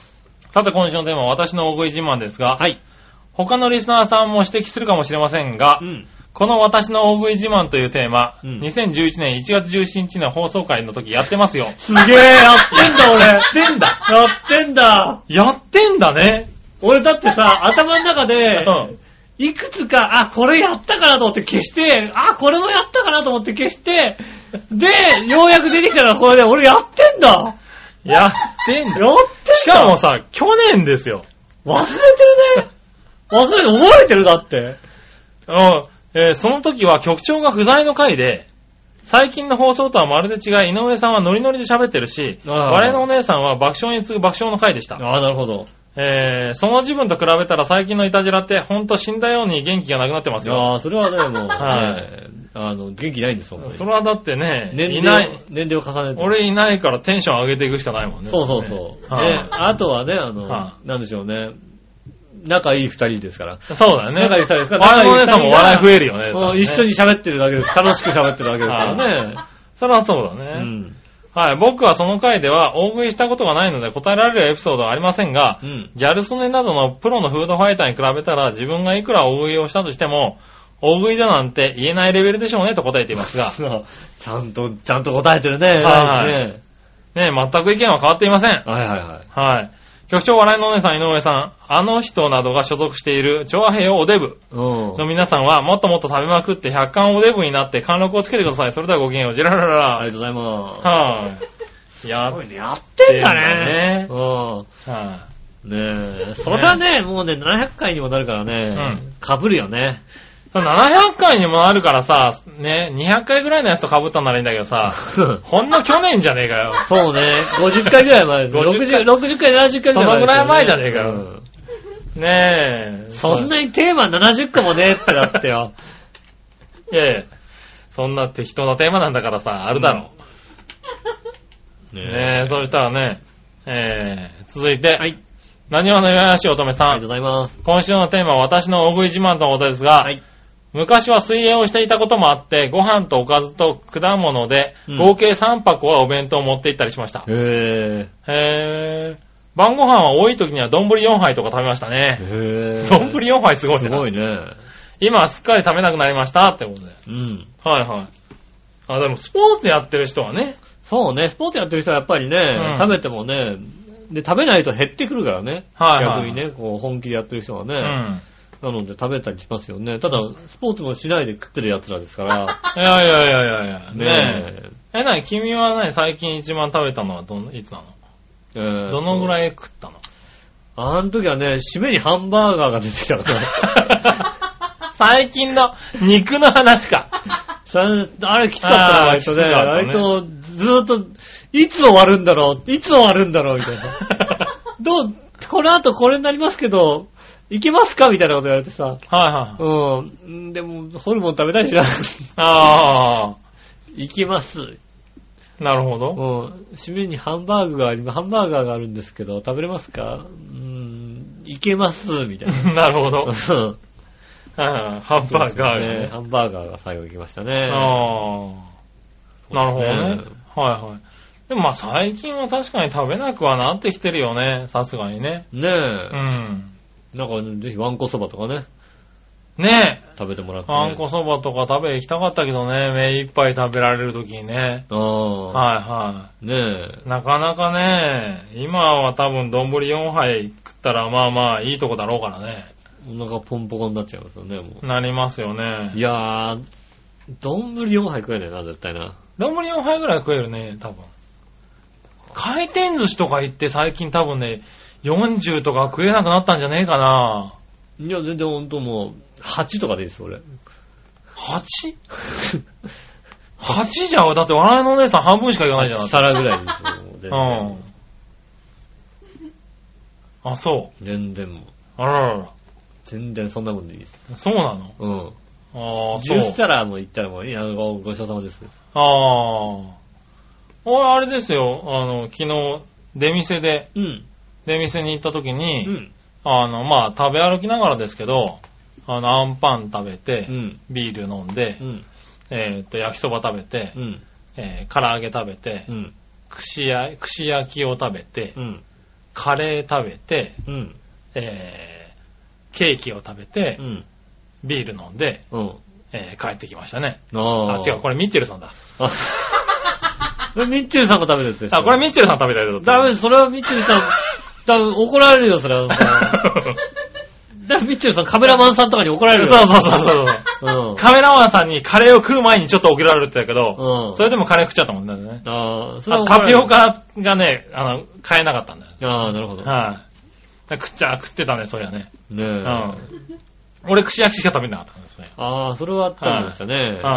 C: さて今週のテーマは私の大食い自慢ですが、
B: はい。
C: 他のリスナーさんも指摘するかもしれませんが、うん、この私の大食い自慢というテーマ、うん、にせんじゅういちねんいちがつじゅうしちにちの放送回の時やってますよ。
B: すげえ、やってんだ俺。
C: やってんだ。
B: やってんだ。
C: やってんだね。
B: 俺だってさ、頭の中で、うんいくつか、あ、これやったかなと思って消して、あ、これもやったかなと思って消して、で、ようやく出てきたらこれで、俺やってんだ
C: やってんだ
B: やってんだ
C: しかもさ、去年ですよ。
B: 忘れてるね忘れて、覚えてるだって。
C: うん、えー、その時は局長が不在の回で、最近の放送とはまるで違い、井上さんはノリノリで喋ってるし、我のお姉さんは爆笑に次ぐ爆笑の回でした。
B: ああ、なるほど。
C: えー、その自分と比べたら最近のイタジラってほんと死んだように元気がなくなってますよ。
B: ああ、それはね、もう、はい、あの、元気ないんです、本当に。
C: それはだってね、
B: 年齢いない、年齢を重ねて。
C: 俺いないからテンション上げていくしかないもんね。
B: そうそうそう。はね、あとはね、あの、はなんでしょうね、仲いい二人ですから。
C: そうだよね。
B: 仲いい二人ですから。
C: 我のお姉さんも笑い増えるよね。
B: ね一緒に喋ってるだけです。楽しく喋ってるだけですからね。
C: それはそうだね。うんはい。僕はその回では大食いしたことがないので答えられるエピソードはありませんが、うん、ギャル曽根などのプロのフードファイターに比べたら自分がいくら大食いをしたとしても、大食いだなんて言えないレベルでしょうねと答えていますが。
B: ちゃんと、ちゃんと答えてるね。
C: はい。ねね全く意見は変わっていません。はい
B: はいはい。
C: はい。局長笑いのお姉さん井上さん、あの人などが所属している調和平和おデブの皆さんはもっともっと食べまくってひゃっかんおデブになって貫禄をつけてください。それではごきげんよう。ジラララ。
B: ありがとうございます。
C: はい。やっ、
B: やってんだね。
C: うん。はい。
B: ねえ。それはね、もうね、ななひゃっかいにもなるからね。うん。被るよね。
C: ななひゃっかいにもなるからさ、ね、にひゃっかいぐらいのやつと被ったんならいいんだけどさ、ほんの去年じゃねえかよ。
B: そうね。ごじゅっかいぐらい前です。ろくじゅう、ろくじゅっかい、ななじゅっかいぐらい前、
C: ね。そのぐらい前じゃねえかよ。うん、ねえ。
B: そんなにテーマななじゅっこもねえってだってよ。
C: いやいや、そんな適当なテーマなんだからさ、あるだろう。うん、ねえ。ねえ、そうしたらね、えー、続いて、はい。何話のよやしい乙女さん。
B: ありがとうございます。
C: 今週のテーマは私の大食い自慢とのことですが、はい。昔は水泳をしていたこともあって、ご飯とおかずと果物で、合計さんぱこはお弁当を持って行ったりしました。
B: うん、へ
C: ー。へー。晩ご飯は多い時には丼よんはいとか食べましたね。
B: へー。
C: 丼よんはいすごいね。
B: すごいね。
C: 今はすっかり食べなくなりましたってことで。
B: うん。
C: はいはい。あ、でもスポーツやってる人はね。
B: そうね、スポーツやってる人はやっぱりね、うん、食べてもね、で、食べないと減ってくるからね。はい、はい。逆にね、こう、本気でやってる人はね。うん。なので食べたりしますよね。ただ、スポーツもしないで食ってる奴らですから。
C: いやいやいやいやいや。ねえ。え、なに君は何最近一番食べたのはどの、いつなのえー、どのぐらい食ったの
B: あの時はね、締めにハンバーガーが出てきたから。
C: 最近の肉の話か。
B: あれきつかったな、割とね。割と、ずーっと、いつ終わるんだろういつ終わるんだろうみたいな。どう、この後これになりますけど、いけますかみたいなこと言われてさ。
C: はいはい。
B: うん。でも、ホルモン食べたいしな。
C: ああ。
B: いけます。
C: なるほど。
B: うん。締めにハンバーグがあります。ハンバーガーがあるんですけど、食べれますかうーん。いけます。みたいな。
C: なるほど。ハンバーガー
B: ね。ハンバーガーが最後行きましたね。
C: ああ。なるほどね。はいはい。でもまあ最近は確かに食べなくはなってきてるよね。さすがにね。
B: ねえ。うん。なんか、ぜひワンコそばとかね。
C: ねえ。
B: 食べてもらって、ね。
C: ワンコそばとか食べ行きたかったけどね。目いっぱい食べられるときにね。
B: ああ。
C: はいはい。
B: ね
C: え。なかなかね、今は多分丼よんはい食ったらまあまあいいとこだろうからね。
B: お腹ポンポコになっちゃいますよね、もう。
C: なりますよね。
B: いやー、丼よんはい食えないな、絶対な。
C: 丼よんはいぐらい食えるね、多分。回転寿司とか行って最近多分ね、よんじゅうとか食えなくなったんじゃねえかな。
B: いや、全然ほんともう、はちとかでいいです、俺。
C: はち? はちじゃん。だって笑いのお姉さん半分しかいかないじゃん。
B: 皿ぐらいですよ、もう全然。
C: うん。あ、そう。
B: 全然もう。
C: あららら。
B: 全然そんなもんでいいです。
C: そうなの
B: うん。
C: ああ、そう。
B: じゅっ皿もいったらもう、いや、ご、ごちそうさまです。
C: ああ。俺、あれですよ。あの、昨日、出店で、
B: うん。
C: 出店に行った時に、
B: うん。
C: あの、まあ、食べ歩きながらですけど、あの、あんパン食べて、
B: うん、
C: ビール飲んで、
B: うん、
C: えっと、焼きそば食べて、
B: うん、
C: えー、唐揚げ食べて、
B: うん、
C: 串や、串焼きを食べて、
B: うん、
C: カレー食べて、
B: うん、
C: えー、ケーキを食べて、うん、ビール飲んで、うんえー、帰ってきましたね。ああ、違う、これミッチェルさんだ。
B: ミッチェルさんが食べてるって。
C: あ、これミッチェルさん食べたやつだった。
B: ダメ、それはミッチェルさん、多分怒られるよ、それは。だミッチェルさん、カメラマンさんとかに怒られるよ。
C: そうそうそうそう、うん。カメラマンさんにカレーを食う前にちょっと怒られるって言ったけど、うん、それでもカレー食っちゃったもんね。ああ、それはタピオカがね、あの、買えなかったんだよ。
B: ああ、なるほど。
C: はい、食っちゃ、食ってたね、そりゃね。
B: ねえ。うん。
C: 俺、串焼きしか食べなかったんですね。
B: ああ、それはあったんですよね。
C: うん。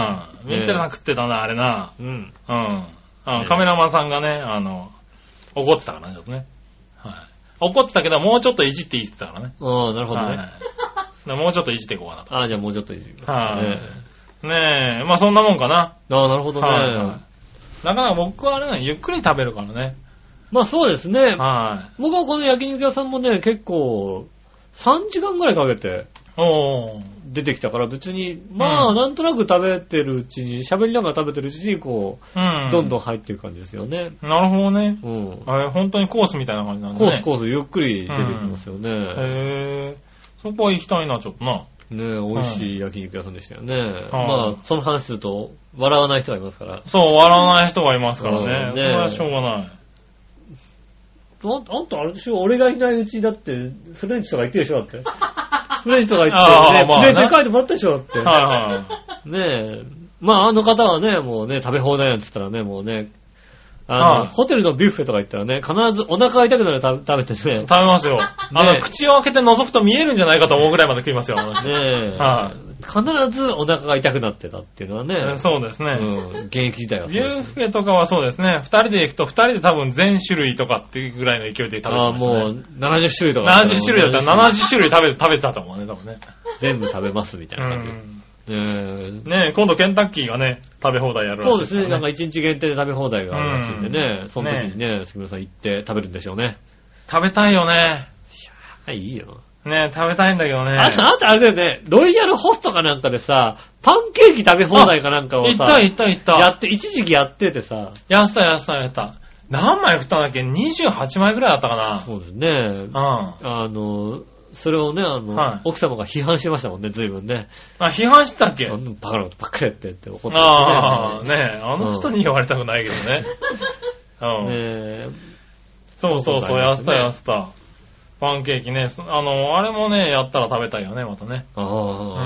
C: ミッチェルさん食ってたな、あれな。うん。うん。あのカメラマンさんがね、あの、怒ってたからね、ちょっとね。はい。怒ってたけど、もうちょっといじっていいって言ってたからね。
B: ああ、なるほどね。
C: はい、もうちょっといじっていこうかなと。
B: ああ、じゃあもうちょっといじっていこう。
C: はい、ねえ。ねえ、まあそんなもんかな。
B: ああ、なるほどね。はい、なか
C: なか僕はあれね、ゆっくり食べるからね。
B: まあそうですね。
C: はい。
B: 僕はこの焼肉屋さんもね、結構、さんじかんぐらいかけて、
C: お
B: 出てきたから別に、まあ、うん、なんとなく食べてるうちに、喋りながら食べてるうちに、こう、うん、どんどん入っていく感じですよね。
C: なるほどね。
B: うん。
C: あれ、本当にコースみたいな感じなんですね。
B: コースコース、ゆっくり出てきますよね。うん、
C: へぇー。そこは行きたいな、ちょっとな。
B: ねえ、美味しい焼肉屋さんでしたよね。うん、まあ、その話すると、笑わない人がいますから。
C: そう、笑わない人がいますからね。うん、ねそれはしょうがない。
B: あ, あんたあれでしょ俺がいないうちだって、フレンチとか行ってるでしょだって。フレンチとか行って、ね、まあ、プレートに書いてもらったでしょだって。
C: はいはい。
B: ねえ。まああの方はね、もうね、食べ放題なんて言ったらね、もうね、あの、はい、ホテルのビュッフェとか行ったらね、必ずお腹が痛くなる食べてね。
C: 食べますよ。ね、あの、口を開けて覗くと見えるんじゃないかと思うぐらいまで食いますよ。ね
B: え。はい。必ずお腹が痛くなってたっていうのはね。
C: そうですね。
B: うん。現役時代は
C: そうです、ね。ビュッフェとかはそうですね。二人で行くと二人で多分全種類とかっていうぐらいの勢いで食べてましたね。ああ、もうななじゅっしゅるいとか。ななじゅっしゅるいだったらななじゅっしゅるい食べ、食べてたと思うね、多分ね。
B: 全部食べますみたいな感じです。
C: ねえ、ねえ、今度ケンタッキーがね、食べ放題やるらしい、
B: ね。そうですね。なんか一日限定で食べ放題があるらしいんでね。うん、その時にね、杉村さん行って食べるんでしょうね。
C: 食べたいよね。
B: いや、いいよ。
C: ねえ、食べたいんだけどね。
B: あと、あとあれだよね、ロイヤルホストかなんかでさ、パンケーキ食べ放題かなんかをさ、
C: 行った行った行った。
B: やって、一時期やっててさ。
C: やったやったやった。何枚食ったんだっけ ?にじゅうはちまいぐらいだったかな。
B: そうですね。
C: うん。
B: あの、それをね、あの、はい、奥様が批判してましたもんね、随分ね。
C: あ、批判してたっけ
B: バカなことばっかりやってって怒って
C: た、ね。ああ、ねえ、あの人に言われたくないけどね。
B: うん。ねえ。
C: そうそうそう、やったやった。パンケーキね、あの、あれもね、やったら食べたいよね、またね。
B: ああ。うん。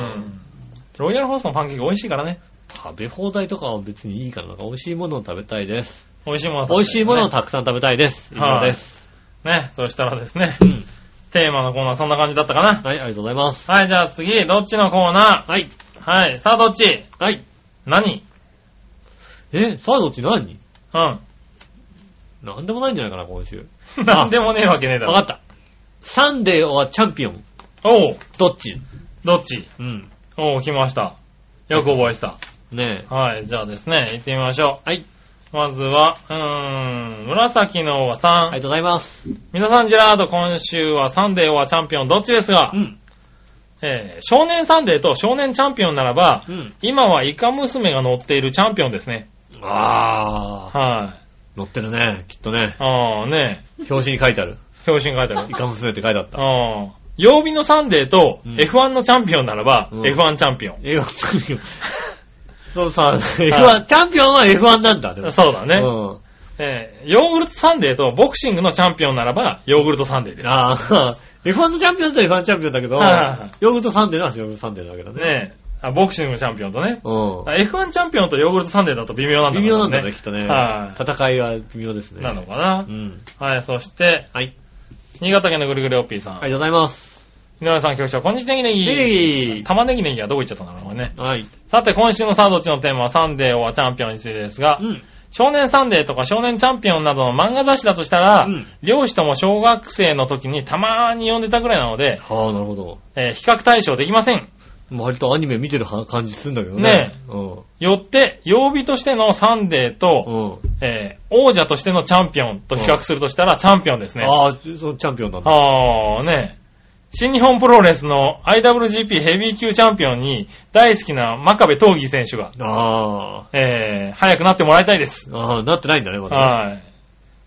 C: ロイヤルホストのパンケーキ美味しいからね。
B: 食べ放題とかは別にいいから、なんか美味しいものを食べたいです。
C: 美味しいものを
B: 食べたい、ね。美味しいものをたくさん食べたいです。以上です。
C: ね、そしたらですね。うん。テーマのコーナーそんな感じだったかな。
B: はい、ありがとうございます。
C: はい、じゃあ次、どっちのコーナー。
B: はい。
C: はい、さあどっち。
B: はい。
C: 何
B: え、さあどっち何
C: うん。
B: なんでもないんじゃないかな、今週。
C: なんでもねえわけねえだろ。
B: わかった。サンデーはチャンピオン。
C: おう。
B: どっち
C: どっち
B: うん。
C: おう、来ました。よく覚えてた。
B: ね
C: え。はい、じゃあですね、行ってみましょ
B: う。はい。
C: まずは、うーん、紫のおばさん。
B: ありがとうございます。
C: 皆さんジェラード、今週はサンデーはチャンピオンどっちですが、
B: うん。
C: えー、少年サンデーと少年チャンピオンならば、
B: うん、
C: 今はイカ娘が乗っているチャンピオンですね。
B: あ
C: あ。はい。
B: 乗ってるね、きっとね。
C: ああ、ね。
B: 表紙に書いてある。
C: 表紙に書いてある。
B: イカ娘って書いてあった。
C: ああ。曜日のサンデーと エフワン のチャンピオンならば、うん、エフワン チャンピオン。
B: エフワン チャンピオン。そうさ、エフワン、チャンピオンは エフワン なんだ。でも
C: そうだね。
B: うん。
C: えー、ヨーグルトサンデーとボクシングのチャンピオンならば、ヨーグルトサンデーです。
B: ああ、エフワン のチャンピオンと エフワン チャンピオンだけど、ヨーグルトサンデーはヨーグルトサンデーだけどね。
C: ねえ。あ、ボクシングのチャンピオンとね。
B: うん。
C: エフワン チャンピオンとヨーグルトサンデーだと微妙なんだね。
B: 微妙なんだね、きっとね。
C: はい。
B: 戦いは微妙ですね。
C: なのかな。
B: うん。
C: はい、そして、
B: はい。
C: 新潟県のぐるぐるおっぴーさん。
B: ありがとうございます。
C: 井上さん、局長、こんにちは、ネギネギ。
B: ネギ
C: 玉ねぎネギはどこ行っちゃったんだろう、これね。
B: はい。
C: さて、今週のサードッチのテーマはサンデーはチャンピオンについてですが、
B: うん。
C: 少年サンデーとか少年チャンピオンなどの漫画雑誌だとしたら、うん、両氏とも小学生の時にたまーに読んでたぐらいなので、
B: はあ、なるほど。
C: えー、比較対象できません。
B: 割とアニメ見てる感じするんだけどね。
C: ねえ。うん。よって、曜日としてのサンデーと、うん、えー、王者としてのチャンピオンと比較するとしたら、チャンピオンですね。
B: ああ、そのチャンピオンなんだ。
C: ああ、ねえ。新日本プロレスの アイダブリュージーピー ヘビー級チャンピオンに大好きな真壁闘技選手が、
B: あ
C: えー、早くなってもらいたいです。
B: ああ、なってないんだね、まだ、ね。
C: はい。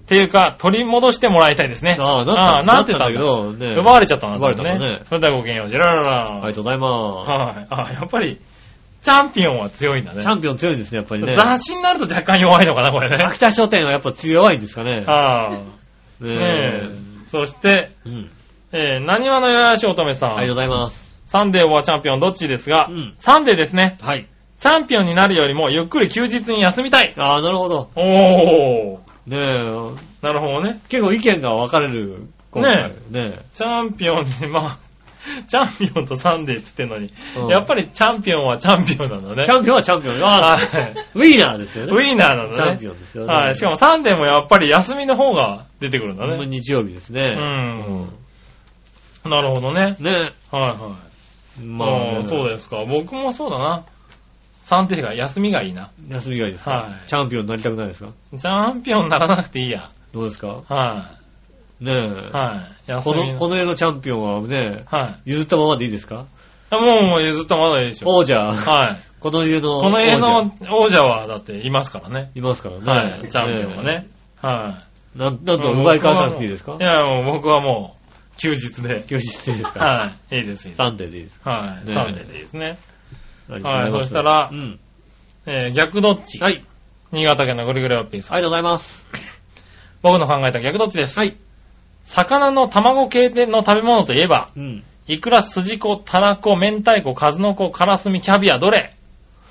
C: っていうか、取り戻してもらいたいですね。
B: ああ、なって
C: あなってたんだけど、ね、奪われちゃったんだね。奪われたんだね。それではごきげんよう、ジェラララ。
B: ありがとうございます。
C: はい。あ、やっぱり、チャンピオンは強いんだね。
B: チャンピオン強いですね、やっぱりね。
C: 雑誌になると若干弱いのかな、これね。
B: 秋田商店はやっぱ強いんですかね。
C: ああ。ねえ。そして、うん、えー、なにわのよやしおとめさん。
B: ありがとうございます。
C: サンデーはチャンピオンどっちですが、うん、サンデーですね。
B: はい。
C: チャンピオンになるよりもゆっくり休日に休みたい。
B: ああ、なるほど。
C: おー。
B: ねえ。
C: なるほどね。
B: 結構意見が分かれる。
C: ねえ。ねえ。チャンピオンに、まあ、チャンピオンとサンデーって言ってんのに、うん、やっぱりチャンピオンはチャンピオンなんだね。
B: チャンピオンはチャンピオン。あはい、ウィーナーですよね。
C: ウィーナーなんだね。
B: チャンピオンですよね。
C: はい。しかもサンデーもやっぱり休みの方が出てくるんだね。
B: 日曜日ですね。
C: うん。うん、なるほどね。
B: ね。
C: はいはい。まあ、ね、そうですか。僕もそうだな。サンデーが休みがいいな。
B: 休みがいいですか。はい。チャンピオンになりたくないですか。
C: チャンピオンにならなくていいや。
B: どうですか。
C: はい。
B: ねえ。
C: はい。
B: この、この絵のチャンピオンはね、
C: はい。
B: 譲ったままでいいですか？
C: もう、もう譲ったままでいいでしょ。
B: 王者。
C: はい。
B: この家の王者。
C: この家の王者は、だっていますからね。
B: いますからね。
C: はい。チャンピオンはね。はい。
B: なん、なんと奪い返さなくていいですか？
C: いや、もう僕はもう、休日で。
B: 休日でいいですか？
C: はい。いいです、いいです。
B: サンデーでいいです。
C: はい。サンデーでいいですね。はい。そしたら、うん。えー、逆どっち？
B: はい。
C: 新潟県のぐるぐるおっぴーさん。
B: ありがとうございます。
C: 僕の考えた逆どっちです。
B: はい。
C: 魚の卵系の食べ物といえば、うん、イクラ、スジコ、タラコ、明太子、数の子、カラスミ、キャビア、どれ？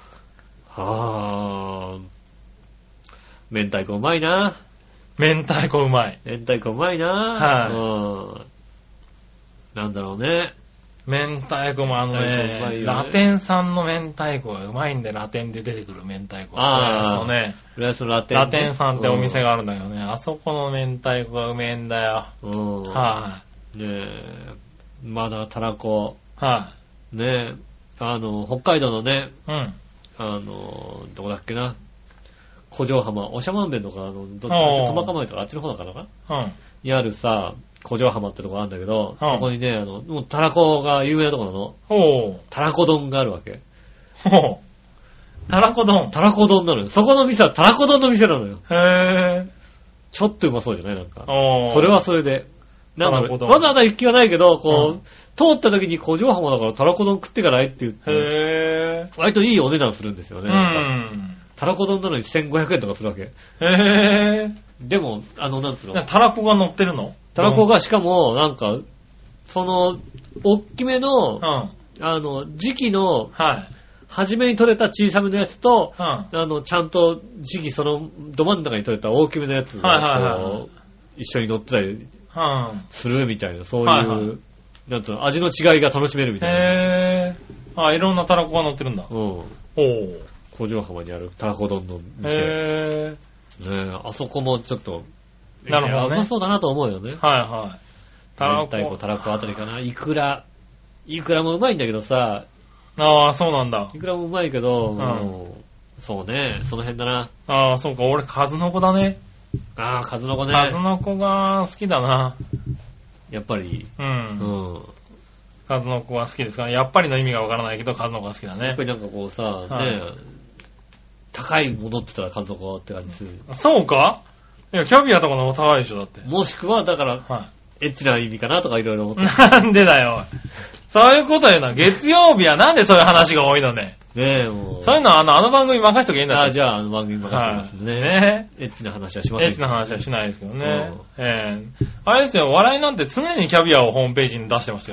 B: はぁー。明太子うまいな。
C: 明太子うまい。
B: 明太子うまいな。
C: はい、
B: あ。なんだろうね。
C: 明太子もあのね、ねラテン産の明太子がうまいんで、ラテンで出てくる明太子。
B: あ
C: あ、ね。
B: ラテン。
C: ラテン産ってお店があるんだけどね、あそこの明太子がうめえんだよ。はい、
B: ねえ、まだたらこ。
C: はい、
B: ねえ、あの、北海道のね、
C: うん。
B: あの、どこだっけな。古城浜、おしゃまんべんとか、あの、どっち、トマカマイとかあっちの方だからか
C: な。うん。
B: にあるさ、古城浜ってとこあるんだけど、うん、そこにね、あの、もうたらこが有名なとこなの。
C: ほう。
B: たらこ丼があるわけ。
C: ほう。たらこ丼
B: たらこ丼なのよ。そこの店はたらこ丼の店なのよ。
C: へー。
B: ちょっとうまそうじゃないなんか。それはそれで。なんだろう。わざわざ行く気はないけど、こう、うん、通った時に古城浜だからたらこ丼食ってからいって言って。
C: へー。
B: 割といいお値段するんですよね。
C: うん。
B: たらこ丼なのにせんごひゃくえんとかするわけ。
C: へー。
B: でも、あの、なんつうの。
C: たらこが乗ってるの？
B: たらこがしかも、なんか、その、おっきめの、
C: うん、あ
B: の、時期の、
C: はい。
B: 初めに取れた小さめのやつと、
C: うん、
B: あの、ちゃんと時期その、ど真ん中に取れた大きめのやつが、
C: はいはいはい、
B: 一緒に乗ってたりするみたいな、そういう、
C: はいはい、
B: なんつうの、味の違いが楽しめるみたいな。
C: へー。あ、いろんなたらこが乗ってるんだ。
B: うん。お
C: ー。
B: 古城浜にあるたらこ丼の店。
C: へ
B: ー。ねえ、あそこもちょっと、
C: なるほどね。
B: うまそうだなと思うよね。
C: はいはい。
B: たらこ。明太子、たらこあたりかな。いくら。いくらもうまいんだけどさ。
C: ああ、そうなんだ。
B: いくらもうまいけど、
C: うん、
B: そうね、その辺だな。
C: ああ、そうか、俺、数の子だね。
B: ああ、数の子ね。
C: 数の子が好きだな。
B: やっぱり。
C: うん。うん。数の子が好きですから、やっぱりの意味がわからないけど、数の子が好きだね。
B: やっぱりなんかこうさ、はい、ね、高いものって言ったら数の子って感じする。
C: そうか？いや、キャビアとかの方が高いでしょ、だって。
B: もしくは、だから、
C: はい、
B: エッチな意味かなとかいろいろ思って。
C: なんでだよ。そういうこと言うな。月曜日はなんでそういう話が多いのね。
B: ねえ、もう。
C: そういうのはあの、あの番組任しときゃいいんだって。
B: ああ、じゃあ、あの番組任せてますね。
C: はい、ね
B: エッチな話はしません。
C: エッチな話はしないですけどね。うん、ええー。あれですよ、笑いなんて常にキャビアをホームページに出してますよ。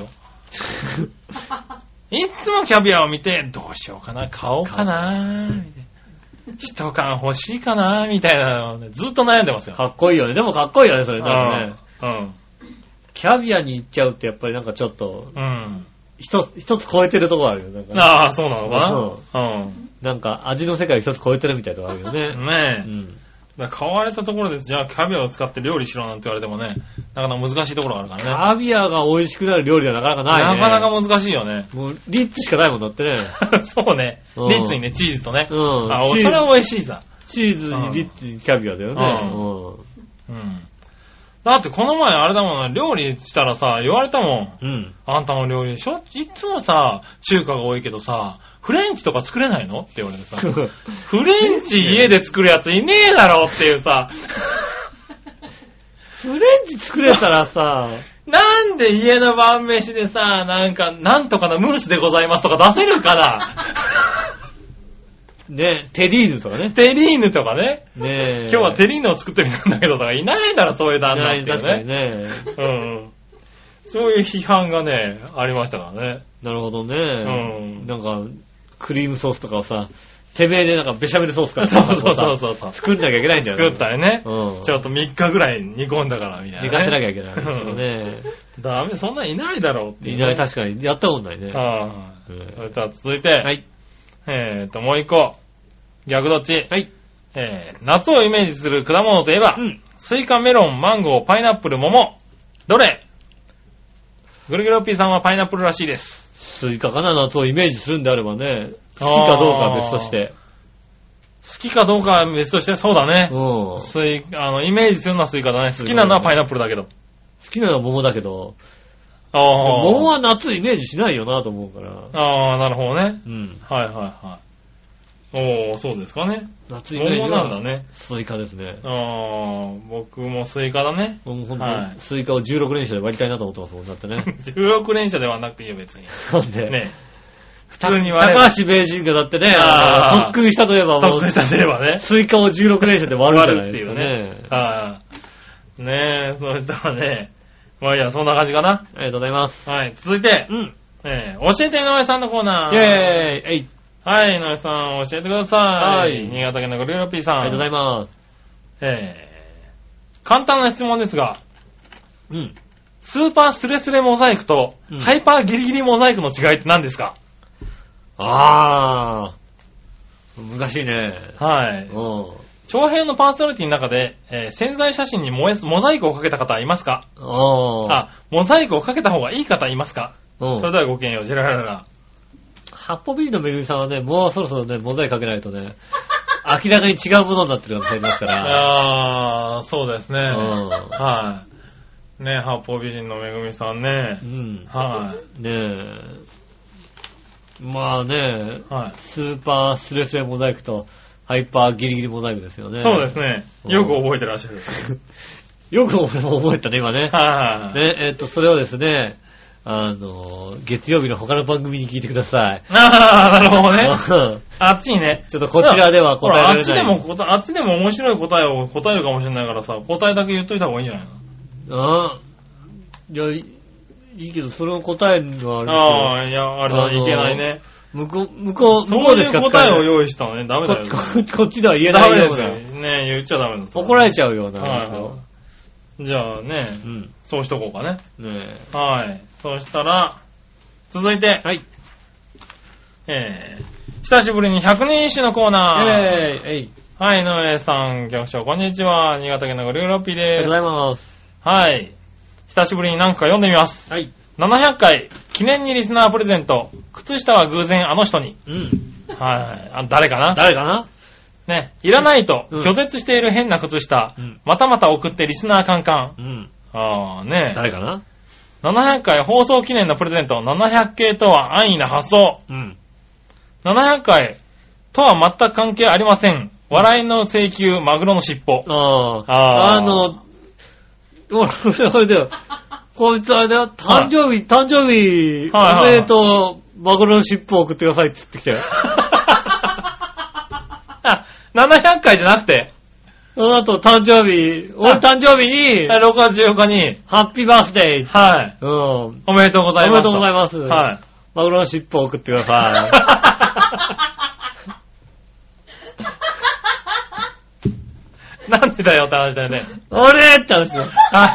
C: いつもキャビアを見て、どうしようかな、買おうかな、みたいな。一缶欲しいかなみたいなのをね、ずっと悩んでますよ。
B: かっこいいよね。でもかっこいいよね、それね。
C: うん。うん。
B: キャビアに行っちゃうってやっぱりなんかちょっと、
C: うん。
B: 一つ、一つ超えてるところあるよ。なんか
C: ああ、そうなのかな、うん、うん。
B: なんか味の世界一つ超えてるみたいなところあるよね。
C: ねえ。うん。だから買われたところで、じゃあキャビアを使って料理しろなんて言われてもね、なかなか難しいところがあるからね。
B: キャビアが美味しくなる料理はなかなかないね。
C: なかなか難しいよね。
B: もう、リッツしかないもんだってね。
C: そうね。リッツにね、チーズとね。
B: うん。
C: あ、それは美味しいさ。
B: チーズにリッツにキャビアだよね。
C: うん。うん。だってこの前あれだもんな、料理したらさ、言われたもん。
B: うん。
C: あんたの料理、しょいつもさ、中華が多いけどさ、フレンチとか作れないのって言われてさ。フレンチ家で作るやついねえだろっていうさ。
B: フレンチ作れたらさ、
C: なんで家の晩飯でさ、なんか、なんとかのムースでございますとか出せるかな
B: ね、テリーヌとかね。
C: テリーヌとかね。
B: ねえ。
C: 今日はテリーヌを作ってみたんだけどとかいないだろ、そういう旦那っていうね。
B: 確かにね。
C: うん。そういう批判がね、ありましたからね。
B: なるほどね。
C: うん。
B: なんか、クリームソースとかをさ、てめえでなんかベシャメルソースから
C: そうそうそうそう
B: 作んなきゃいけないんじゃない
C: 作ったりね。
B: うん。
C: ちょっとみっかぐらい煮込んだからみたいな、ね。
B: 寝かせなきゃいけないんですよね。
C: ダメ、そんなんいないだろうっていう、
B: ね。いない、確かに。やったことないね。
C: はい、
B: うん。
C: それでは続いて。
B: はい。
C: えーと、もう一個。逆どっち？
B: はい。
C: えー、夏をイメージする果物といえば、うん、スイカ、メロン、マンゴー、パイナップル、桃。どれ？ぐるぐるおっぴーさんはパイナップルらしいです。
B: スイカかな、夏をイメージするんであればね。好きかどうかは別として。
C: 好きかどうかは別として、そうだね。うん。スイカ、あの、イメージするのはスイカだね。好きなのはパイナップルだけど。
B: 好きなのは桃だけど。
C: ああ。
B: 桃は夏イメージしないよなと思うから。
C: ああ、なるほどね。
B: うん。
C: はいはいはい。おー、そうですかね。
B: 夏イメージ
C: 桃なんだね。
B: スイカですね。
C: あー、僕もスイカだね。
B: もうほんと、はい、スイカをじゅうろく連射で割りたいなと思ってますもんだってね。
C: じゅうろく連射ではなくていいよ別に。
B: なんで
C: ね。普通に割れ
B: 高橋名人がだってね、特訓したといえばもう。
C: 特訓したといえばね。
B: スイカをじゅうろく連射で割るじゃないですかね。
C: 割るっていうね。はい、ねえ、そうしたらね。まあいいや、そんな感じかな。
B: ありがとうございます。
C: はい、続いて。
B: うん。
C: えー、教えて井上さんのコーナー。
B: イェーイえい。
C: はい、井上さん、教えてください。
B: はい。
C: 新潟県のグリューロピーさん。
B: ありがとうございます。
C: えー、簡単な質問ですが、
B: うん。
C: スーパースレスレモザイクと、うん、ハイパーギリギリモザイクの違いって何ですか？
B: あー、難しいね。
C: はい。うん。長編のパーソナリティの中で、えー、潜在写真にモザイクをかけた方はいますか？
B: あー。
C: あ、モザイクをかけた方がいい方いますか？
B: うん。
C: それではごきげんよう、ジェラララ。
B: 八方美人のめぐみさんはね、もうそろそろね、モザイクかけないとね、明らかに違うものになってる可能性ありますから。
C: あー、そうですね。うん、はい。ね、八方美人のめぐみさんね。
B: うん。
C: はい。
B: ねえ。まあね、
C: はい、
B: スーパースレスレモザイクとハイパーギリギリモザイクですよね。
C: そうですね。よく覚えてらっしゃる。
B: よく覚えたね、今ね。
C: はい。
B: ね、えっと、それをですね、あの、月曜日の他の番組に聞いてください。
C: ああ、なるほどね。あっちにね。
B: ちょっとこちらでは答えられない。
C: あっちでも、あっちでも面白い答えを答えるかもしれないからさ、答えだけ言っといた方がいいんじゃない
B: の？ああ。いや、いいけど、それを答えるのはあれですよ。
C: ああ、いや、あれだ、いけないね。
B: 向こう、向こう、向こうでしか
C: 使えない。そういう答えを用意したのね、ダメだよ。
B: こっち、こっちでは言えないような。
C: ダメですよ。ね言っちゃダメです。
B: 怒られちゃうようなんですよ。
C: はい、じゃあね、
B: うん、
C: そうしとこうかね。
B: ね
C: はい。そうしたら、続いて、
B: はい。
C: えー、久しぶりにひゃくにん一首のコーナー。
B: えー、えい。
C: はい、井上さん、局長、こんにちは。新潟県のグリューロッピーです。あ
B: りがとうございます。
C: はい。久しぶりに何か読んでみます。
B: はい。
C: ななひゃっかい、記念にリスナープレゼント。靴下は偶然あの人に。
B: うん。
C: はい。あ、誰かな
B: 誰かな
C: ね。いらないと、拒絶している変な靴下。うん、またまた送ってリスナーカンカン。
B: うん。
C: あーね。
B: 誰かな
C: ななひゃっかい放送記念のプレゼント。ななひゃっけいとは安易な発想。
B: うん。
C: ななひゃっかいとは全く関係ありません。笑いの請求、マグロの尻尾。
B: ああ。ああの、俺、あれだよ。こいつあれだよ。誕生日、誕生日、おめでとう、マグロの尻尾を送ってくださいって言ってきたよ。
C: ななひゃっかいじゃなくて
B: その後、誕生日、俺誕生日に、
C: ろくがつじゅうよっかに、
B: ハッピーバースデー。
C: はい。
B: うん。
C: おめでとうございます。
B: おめでとうございます。
C: はい。
B: マグロの尻尾を送ってくださ
C: い。なんでだよって話だよね。
B: 俺って話だよ。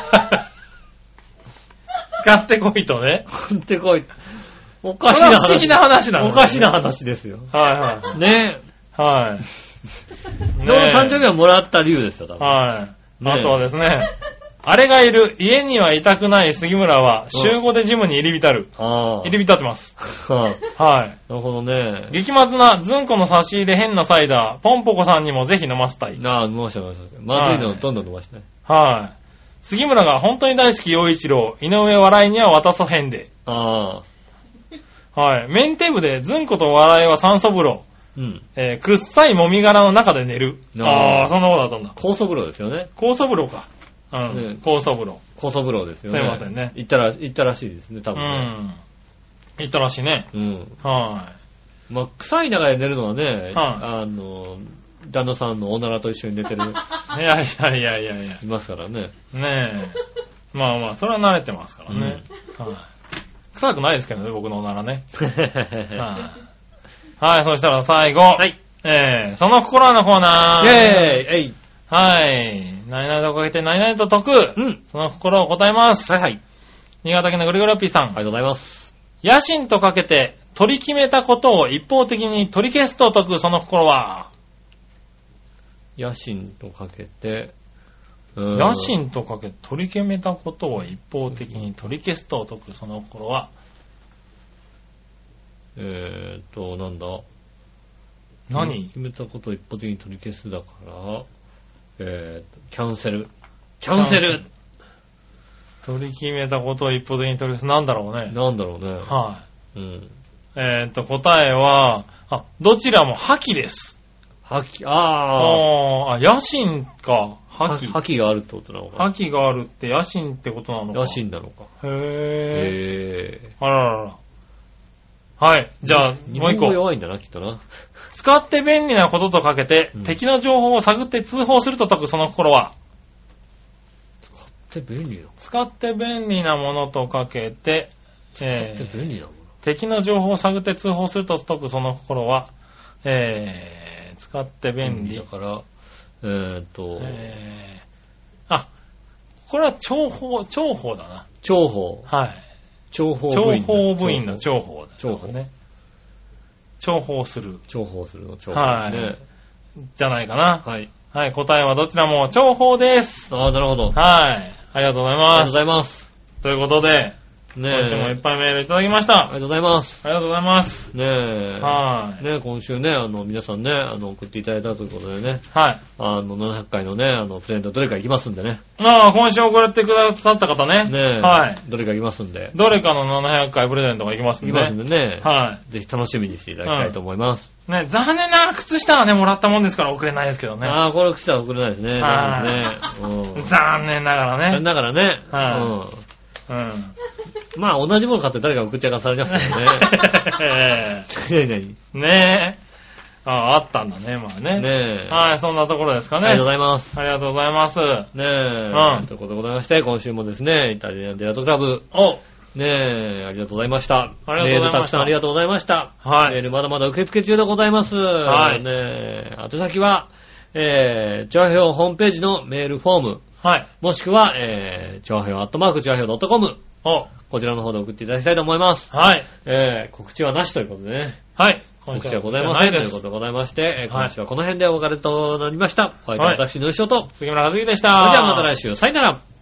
C: 買ってこいとね。
B: 買ってこい。おかしな話。
C: 不思議な話なの、
B: ね。おかしな話ですよ。
C: はいはい。
B: ね
C: え。はい。
B: ねえ。誕生日はもらった理由ですよ、多分。
C: はい。あとはですね、あれがいる、家にはいたくない杉村は、週ごでジムに入り浸る。
B: ああ。
C: 入り浸ってます。
B: は
C: はい。
B: なるほどね。
C: 激まずな、ずんこの差し入れ変なサイダー、ポンポコさんにもぜひ飲ませたい。
B: ああ、飲ませて飲ませて。まずいのをどんどん飲ませて。
C: はい。杉村が本当に大好き陽一郎、井上笑いには渡さへんで。
B: あ
C: あ。はい。メンテ部でずんこと笑いは酸素風呂。
B: うん。
C: えー、くっさいもみ殻の中で寝る。ああ、そんなことだったんだ。
B: 酵素風呂ですよね。
C: 酵素風呂か。 うん。ね、高層風呂。
B: 高層風呂ですよね。
C: すいませんね。
B: 行ったら、行ったらしいですね、多分ね。うん。
C: 行ったらしいね。
B: うん。はい。まあ、臭い中で寝るのはね、はい、あの、旦那さんのおならと一緒に寝てる。い
C: やいやいやいやいや。
B: いますからね。
C: ねえ。まあまあ、それは慣れてますからね。うん、はい。臭くないですけどね、僕のおならね。はい、はい、そしたら最後。はい。えー、その心のコーナー。イェーイえいはい。何々とかけて何々と解く。うん。その心を答えます。はいはい。新潟県のぐるぐるおっぴーさん。ありがとうございます。野心とかけて取り決めたことを一方的に取り消すと解くその心は。野心とかけて、野心とかけて取り決めたことを一方的に取り消すと解くその心は。えーっと、なんだ。何決めたことを一方的に取り消すだから、えーっと、キャンセル。キャンセル取り決めたことを一方的に取り消す。なんだろうね。なんだろうね。はい。うん。えーっと、答えは、あ、どちらも破棄です。破棄、ああ。あ、野心か。破棄。破棄があるってことなのかな。破棄があるって野心ってことなのか。野心なのか。へえ。へえ。あららら。はい。じゃあ、もう一個。弱いんだな、きっとな。使って便利なこととかけて、うん、敵の情報を探って通報すると解くその心は。使って便利な使って便利なものとかけて、使って便利なもの、えー、敵の情報を探って通報すると解くその心は、えー、使って便利。だから、えーっと、えー、あ、これは重宝、重宝だな。重宝。はい。重宝部員。重宝部員の重宝だ。重宝ね。重宝する。重宝するの重宝ですね。はい。じゃないかな。はい。はい、答えはどちらも重宝です。ああ、なるほど。はい。ありがとうございます。ありがとうございます。ということで、ねえ。今週もいっぱいメールいただきました。ありがとうございます。ありがとうございます。ねえ。はい。ねえ、今週ね、あの、皆さんね、あの、送っていただいたということでね。はい。あの、ななひゃっかいのね、あの、プレゼントどれか行きますんでね。ああ、今週送ってくださった方ね。ねえ。はい。どれか行きますんで。どれかのななひゃっかいプレゼントが行きますんでね。行きますんでね。はい。ぜひ楽しみにしていただきたいと思います。うん、ね、残念ながら靴下はね、もらったもんですから送れないですけどね。ああ、これ靴下は送れないですね。はい。ね、うん、残念ながらね。残念ながらね。はい。うんうん。まあ、同じもの買って誰か送っちゃかされますけどね。ねえ。ああ、あったんだね、まあね。ねえ。はい、そんなところですかね。ありがとうございます。ありがとうございます。ねえ。うん。ということでございまして、今週もですね、イタリアンデラートクラブ。おねえ、ありがとうございました。ありがとうございました。メールたくさんありがとうございました。はい。メールまだまだ受付中でございます。はい。ねえ、宛先は、えー、チョアヘオホームページのメールフォーム。はい。もしくは、えー、チョアヘオアットマークチョアヘオドットコム。お。こちらの方で送っていただきたいと思います。はい。えー、告知はなしということでね。はい。告知はございませんということでございまして、えー、今週はこの辺でお別れとなりました。はい。私の衣装と、杉村和樹でした。それではまた来週、さよなら。